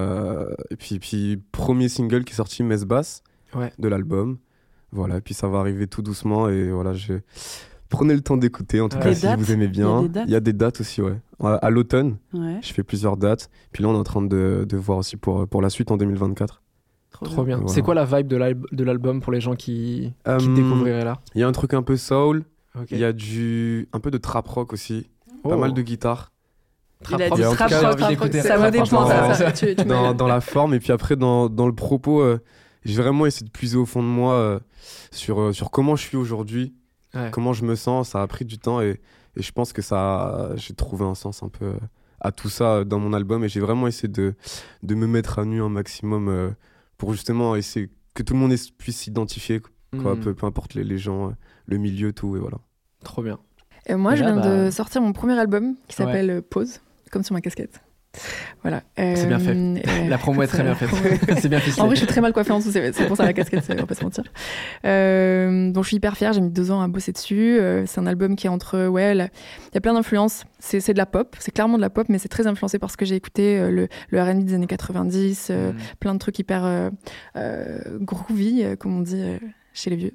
S6: puis premier single qui est sorti, Messe Basse,
S5: Ouais.
S6: de l'album. Voilà, et puis ça va arriver tout doucement et voilà, prenez le temps d'écouter en tout
S5: Des
S6: cas si
S4: dates
S6: vous aimez bien.
S4: Il y a des dates
S6: Il y a des dates aussi, ouais. À l'automne,
S4: Ouais.
S6: je fais plusieurs dates. Puis là, on est en train de voir aussi pour la suite en 2024.
S5: Trop bien.
S6: Voilà.
S5: C'est quoi la vibe de l'album pour les gens qui te découvriraient là?
S6: Il y a un truc un peu soul,
S5: Ok.
S6: il y a un peu de trap rock aussi,
S5: Oh.
S6: pas mal de guitare.
S4: Il a
S5: rock.
S4: dit
S6: en tout
S4: trap
S6: cas,
S4: rock,
S6: j'ai envie
S5: d'écouter
S4: ça vaut
S5: rap
S4: des
S5: rock.
S4: points.
S6: Ouais.
S4: Ça.
S7: Tu
S6: dans la forme et puis après dans le propos j'ai vraiment essayé de puiser au fond de moi sur comment je suis aujourd'hui,
S5: Ouais.
S6: comment je me sens. Ça a pris du temps et je pense que j'ai trouvé un sens un peu à tout ça dans mon album et j'ai vraiment essayé de me mettre à nu un maximum pour justement essayer que tout le monde puisse s'identifier quoi,
S5: Hmm.
S6: peu importe les gens, le milieu, tout, et voilà.
S5: Trop bien.
S7: Et moi,
S5: Et
S7: je
S5: là,
S7: viens de sortir mon premier album qui
S5: Ouais.
S7: s'appelle Pause, comme sur ma casquette. Voilà.
S5: C'est bien fait. La promo est très bien faite. C'est bien ficelé.
S7: En vrai, je suis très mal coiffée en dessous, c'est pour ça la casquette, on va pas se mentir. Donc, je suis hyper fière, j'ai mis 2 ans à bosser dessus. C'est un album qui est entre. Ouais, il y a plein d'influences. C'est de la pop, c'est clairement de la pop, mais c'est très influencé par ce que j'ai écouté, le R&B des années 90, plein de trucs hyper groovy, comme on dit. Chez les vieux.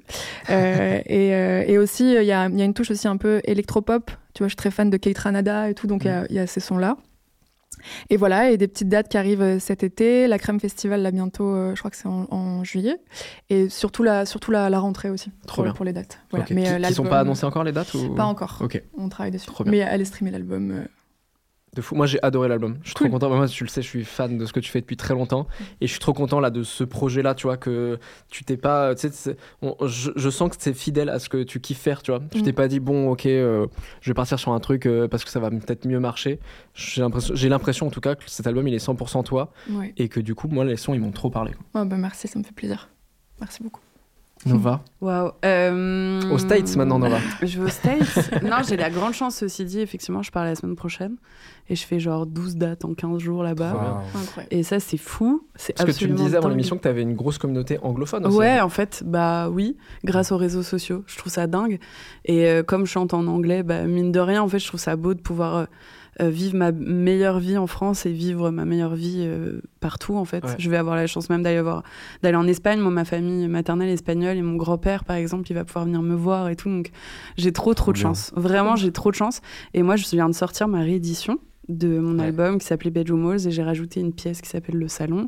S7: Et aussi, il y a une touche aussi un peu électropop. Tu vois, je suis très fan de Kate Ranada et tout, donc il y a ces sons-là. Et voilà, et des petites dates qui arrivent cet été. La Crème Festival, là, bientôt, je crois que c'est en juillet. Et surtout la rentrée aussi,
S5: Trop bien.
S7: pour les dates. Voilà.
S5: Ok.
S7: Mais,
S5: Qui sont
S7: l'album,
S5: pas annoncés encore les dates ou...
S7: Pas encore.
S5: Ok.
S7: On travaille dessus.
S5: Trop bien.
S7: Mais allez streamer l'album.
S5: De fou. Moi, j'ai adoré l'album. Je suis
S7: Cool.
S5: trop content. Moi, tu le sais, je suis fan de ce que tu fais depuis très longtemps. Et je suis trop content là de ce projet-là, tu vois, que tu t'es pas. Tu sais, je sens que c'est fidèle à ce que tu kiffes faire, tu vois. Tu t'es pas dit, bon, ok, je vais partir sur un truc parce que ça va peut-être mieux marcher. J'ai l'impression, en tout cas, que cet album, il est 100% toi.
S7: Ouais.
S5: Et que du coup, moi, les sons, ils m'ont trop parlé.
S7: Oh, bah, merci, ça me fait plaisir. Merci beaucoup.
S5: Nova.
S4: Waouh.
S5: Aux States maintenant, Nova.
S4: Je vais aux States. Non, j'ai la grande chance, ceci dit. Effectivement, je pars la semaine prochaine. Et je fais genre 12 dates en 15 jours là-bas.
S6: Wow.
S7: Incroyable.
S4: Et ça, c'est fou. C'est
S5: Parce que tu me
S4: absolument
S5: disais avant
S4: dingue.
S5: l'émission que tu avais une grosse communauté anglophone aussi.
S4: Ouais, en fait, bah oui, grâce aux réseaux sociaux. Je trouve ça dingue. Et comme je chante en anglais, bah, mine de rien, en fait, je trouve ça beau de pouvoir vivre ma meilleure vie en France et vivre ma meilleure vie partout, en fait.
S5: Ouais.
S4: Je vais avoir la chance même d'aller en Espagne. Moi, ma famille maternelle est espagnole et mon grand-père, par exemple, il va pouvoir venir me voir et tout. Donc, j'ai trop de
S6: bien.
S4: chance. Vraiment, j'ai trop de chance. Et moi, je viens de sortir ma réédition de mon
S5: Ouais.
S4: album qui s'appelait Bedroom Walls et j'ai rajouté une pièce qui s'appelle Le Salon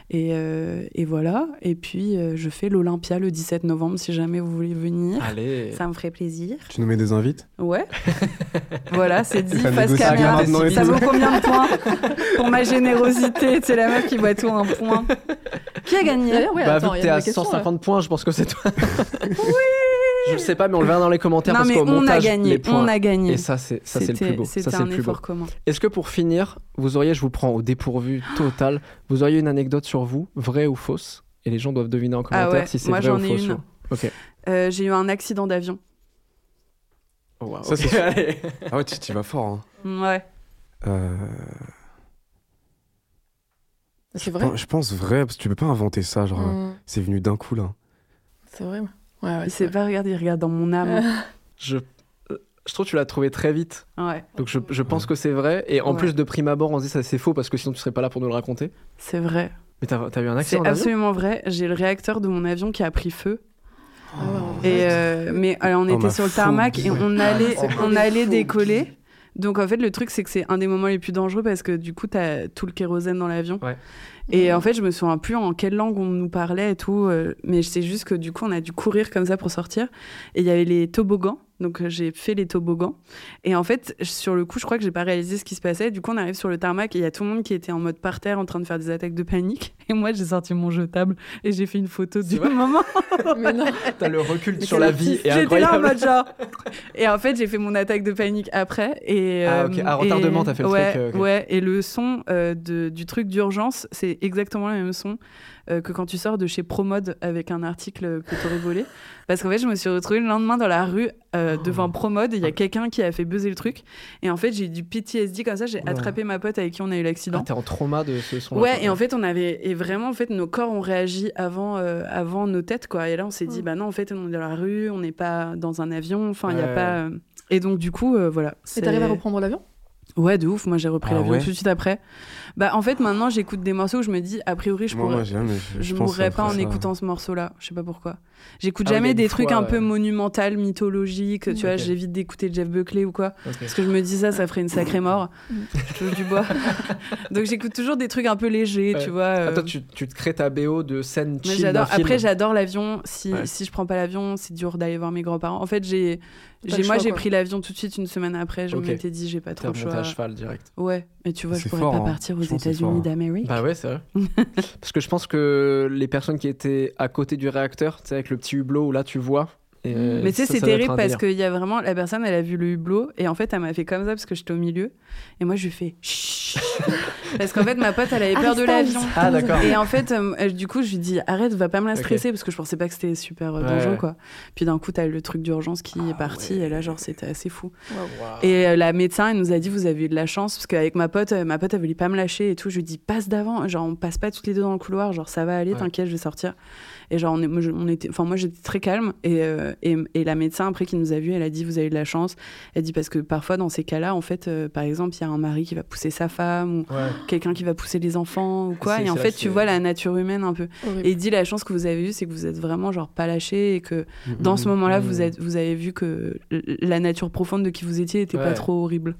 S4: et voilà. Et puis je fais l'Olympia le 17 novembre si jamais vous voulez venir.
S5: Allez.
S4: Ça me ferait plaisir.
S6: Tu nous mets des invites?
S4: Ouais. Voilà, c'est dit,
S6: Ça
S4: face
S6: négocie
S4: caméra.
S6: maintenant et
S4: Ça
S6: tout.
S4: vaut combien de points pour ma générosité? C'est la meuf qui voit tout un point. Qui a gagné?
S7: D'ailleurs, ouais,
S5: Bah,
S7: attends,
S5: vu
S7: il
S5: que
S7: y
S5: t'es
S7: a une
S5: à
S7: vraie question,
S5: 150 points, je pense que c'est toi. Je le sais pas, mais on le verra dans les commentaires
S4: Non
S5: parce
S4: mais
S5: qu'au
S4: on a
S5: montage,
S4: gagné,
S5: les points.
S4: on a gagné.
S5: Et ça, c'est le plus beau. Ça,
S4: C'était
S5: c'est
S4: un
S5: le plus beau.
S4: effort commun.
S5: Est-ce que pour finir, je vous prends au dépourvu total, vous auriez une anecdote sur vous, vraie ou fausse? Et les gens doivent deviner en commentaire
S4: ouais,
S5: si c'est
S4: moi,
S5: vrai ou
S4: j'en ai
S5: faux.
S4: une.
S5: Ok.
S4: J'ai eu un accident d'avion.
S5: Oh, wow,
S6: Ça,
S5: ok.
S6: c'est sûr.
S5: Allez.
S6: Ah ouais, tu vas fort. Hein.
S4: Ouais.
S7: C'est vrai.
S6: Je pense vrai, parce que tu peux pas inventer ça. Genre, c'est venu d'un coup là.
S7: C'est vrai. Ouais,
S4: Il sait pas regarder, il regarde dans mon âme.
S5: Je trouve que tu l'as trouvé très vite.
S4: Ouais,
S5: Donc je pense que c'est vrai. Et en
S4: Ouais.
S5: plus de prime abord, on se dit ça c'est faux parce que sinon tu serais pas là pour nous le raconter.
S4: c'est vrai.
S5: Mais t'as eu un
S4: C'est
S5: accident d'avion?
S4: absolument vrai. J'ai le réacteur de mon avion qui a pris feu.
S7: Ah ouais,
S4: Et mais alors, on était
S6: ma
S4: sur le tarmac
S6: phobie.
S4: et on allait décoller. Donc en fait, le truc, c'est que c'est un des moments les plus dangereux parce que du coup, t'as tout le kérosène dans l'avion.
S5: Ouais.
S4: Et en fait, je me souviens plus en quelle langue on nous parlait et tout, mais c'est juste que du coup, on a dû courir comme ça pour sortir. Et il y avait les toboggans, donc j'ai fait les toboggans. Et en fait, sur le coup, je crois que j'ai pas réalisé ce qui se passait. Du coup, on arrive sur le tarmac et il y a tout le monde qui était en mode par terre en train de faire des attaques de panique. Et moi, j'ai sorti mon jetable et j'ai fait une photo du moment.
S7: Mais non.
S5: T'as le recul sur la vie et
S4: J'étais là en
S5: incroyable.
S4: mode genre. Et en fait, j'ai fait mon attaque de panique après. Et,
S5: Ok. À retardement, t'as fait le
S4: ouais,
S5: truc. Ok.
S4: Ouais, et le son du truc d'urgence, c'est exactement le même son que quand tu sors de chez Promode avec un article que t'aurais volé. Parce qu'en fait, je me suis retrouvée le lendemain dans la rue devant Promode. Il y a quelqu'un qui a fait buzzer le truc. Et en fait, j'ai eu du PTSD comme ça. J'ai attrapé ma pote avec qui on a eu l'accident.
S5: Ah, t'es en trauma de ce son.
S4: Ouais, et en fait, vraiment, en fait, nos corps ont réagi avant nos têtes, quoi. Et là, on s'est dit, bah non, en fait, on est dans la rue, on n'est pas dans un avion. Enfin, il y a pas. Et donc, du coup, voilà.
S7: Et t'arrives à reprendre l'avion ?
S4: Ouais, de ouf. Moi, j'ai repris
S6: Ah
S4: l'avion
S6: ouais
S4: tout de suite après. Bah, en fait, maintenant, j'écoute des morceaux où je me dis, a priori, je mourrais pas en écoutant ce morceau-là. Je sais pas pourquoi. J'écoute jamais des trucs un peu monumentaux, mythologiques. Tu vois, j'évite d'écouter Jeff Buckley ou quoi. Parce que je me dis ça ferait une sacrée mort. Je touche du bois. Donc, j'écoute toujours des trucs un peu légers, tu vois.
S5: Attends, tu te crées ta BO de scène chill d'un
S4: j'adore.
S5: film.
S4: Après, j'adore l'avion. Si je prends pas l'avion, c'est dur d'aller voir mes grands-parents. En fait, j'ai pris l'avion tout de suite une semaine après. Je m'étais dit, j'ai pas trop le choix.
S5: à cheval direct.
S4: Ouais, mais tu vois, je
S6: C'est
S4: pourrais
S6: fort,
S4: pas
S6: hein.
S4: partir aux
S6: Je pense que c'est
S4: États-Unis
S6: fort.
S4: d'Amérique.
S5: Bah ouais, c'est vrai. Parce que je pense que les personnes qui étaient à côté du réacteur, tu sais, avec le petit hublot où là tu vois.
S4: Mais tu sais, c'est terrible parce qu'il y a vraiment la personne, elle a vu le hublot et en fait, elle m'a fait comme ça parce que j'étais au milieu et moi, je lui fais chut parce qu'en fait, ma pote, elle avait peur de l'avion.
S5: Ah d'accord.
S4: Et en fait, du coup, je lui dis arrête, va pas me la stresser parce que je pensais pas que c'était super dangereux, quoi. Puis d'un coup, t'as le truc d'urgence qui est parti et là, genre, c'était assez fou.
S5: Wow.
S4: Et la médecin, elle nous a dit vous avez eu de la chance parce qu'avec ma pote, elle voulait pas me lâcher et tout. Je lui dis passe d'avant, genre on passe pas toutes les deux dans le couloir, genre ça va aller, t'inquiète, je vais sortir. Et genre moi j'étais très calme et la médecin après qui nous a vus, elle a dit vous avez de la chance. Elle dit parce que parfois dans ces cas-là, en fait, par exemple, il y a un mari qui va pousser sa femme ou quelqu'un qui va pousser les enfants ou quoi. Et en fait, tu vois la nature humaine un peu.
S7: Horrible.
S4: Et il dit la chance que vous avez eue, c'est que vous êtes vraiment genre pas lâché et que dans ce moment-là, vous avez vu que la nature profonde de qui vous étiez était pas trop horrible.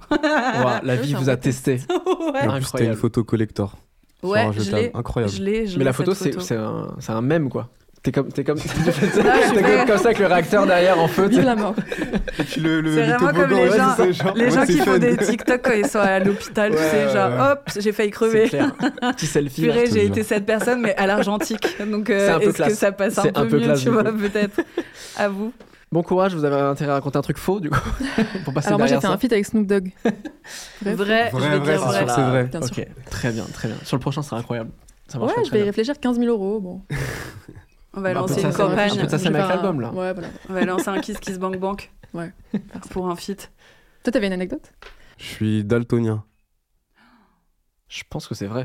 S5: La vie vous a testé.
S6: Et en plus, t'as une photo collector.
S4: Ouais,
S6: je
S4: l'ai.
S6: Incroyable.
S5: Mais la photo, c'est un mème, quoi. T'es comme comme ça avec le réacteur derrière en feu.
S7: Vive la mort.
S6: Et puis
S4: C'est vraiment comme les gens qui font des TikTok quand ils sont à l'hôpital, tu sais, genre hop, j'ai failli crever.
S5: C'est clair. Petit selfie.
S4: Purée, j'ai été cette personne, mais à l'argentique. Donc, est-ce que ça passe un peu mieux, tu vois, peut-être. À vous.
S5: Bon courage, vous avez intérêt à raconter un truc faux, du coup, pour passer
S7: Alors moi, j'ai
S5: derrière
S7: fait
S5: ça.
S7: un feat avec Snoop Dogg.
S4: Vrai, je vais dire vrai.
S6: C'est vrai.
S7: Bien sûr.
S5: Ok, très bien. Sur le prochain, c'est incroyable. Ça marche
S7: Ouais, je vais y réfléchir. 15 000 €, bon.
S4: On va
S5: Bah,
S4: lancer
S5: un
S4: une
S5: peu ça,
S4: campagne.
S5: un peu de ça, c'est avec l'album, là.
S7: Ouais, voilà.
S4: On va lancer un Kiss Bank Bank.
S7: Ouais.
S4: Pour un feat.
S7: Toi, t'avais une anecdote ?
S6: Je suis daltonien.
S5: Je pense que c'est vrai.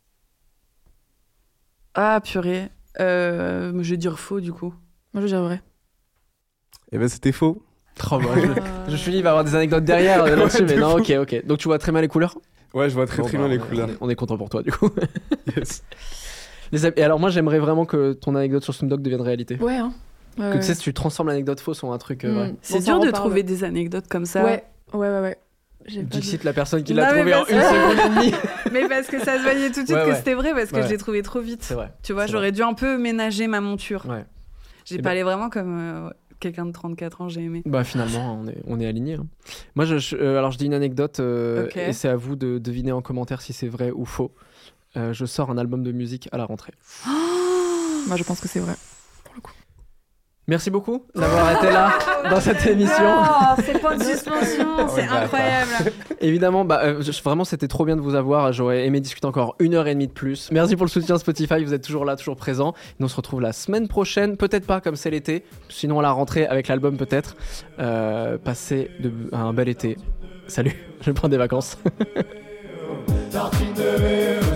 S4: Ah, purée. Je vais dire faux, du coup.
S7: Moi, je dirais vrai.
S6: Eh ben, c'était faux.
S5: Oh, bah, je suis dit, il va y avoir des anecdotes derrière là-dessus, mais non, ok. Donc tu vois très bien les couleurs ?
S6: Ouais, je vois très bien les couleurs.
S5: On est content pour toi, du coup.
S6: Yes.
S5: Et alors, moi, j'aimerais vraiment que ton anecdote sur Snoop Dogg devienne réalité.
S7: Ouais, hein.
S5: Que tu sais, si tu transformes l'anecdote fausse en un truc vrai.
S4: C'est dur de trouver des anecdotes comme ça.
S7: Ouais.
S5: Dixit, la personne qui
S4: Non,
S5: l'a
S4: mais
S5: trouvé en
S4: parce
S5: une
S4: que-
S5: seconde et demie.
S4: Mais parce que ça se voyait tout de suite
S5: Ouais,
S4: que
S5: ouais.
S4: c'était vrai, parce que
S5: Ouais.
S4: je l'ai trouvé trop vite.
S5: C'est vrai.
S4: Tu vois,
S5: C'est
S4: j'aurais dû un peu ménager ma monture.
S5: Ouais.
S4: J'ai
S5: Eh ben-
S4: parlé vraiment comme quelqu'un de 34 ans, j'ai aimé.
S5: Bah finalement, on est alignés. Hein. Moi, alors je dis une anecdote
S4: Ok.
S5: et c'est à vous de deviner en commentaire si c'est vrai ou faux. Je sors un album de musique à la rentrée.
S7: Moi, je pense que c'est vrai.
S5: Merci beaucoup d'avoir été là dans cette émission.
S4: Oh, c'est pas de suspension, c'est incroyable.
S5: Évidemment, vraiment, c'était trop bien de vous avoir. J'aurais aimé discuter encore 1h30 de plus. Merci pour le soutien Spotify. Vous êtes toujours là, toujours présent. Nous, on se retrouve la semaine prochaine. Peut-être pas comme c'est l'été. Sinon, à la rentrée avec l'album, peut-être. Passez un bel été. Salut, je vais prendre des vacances.
S8: Tartine de verre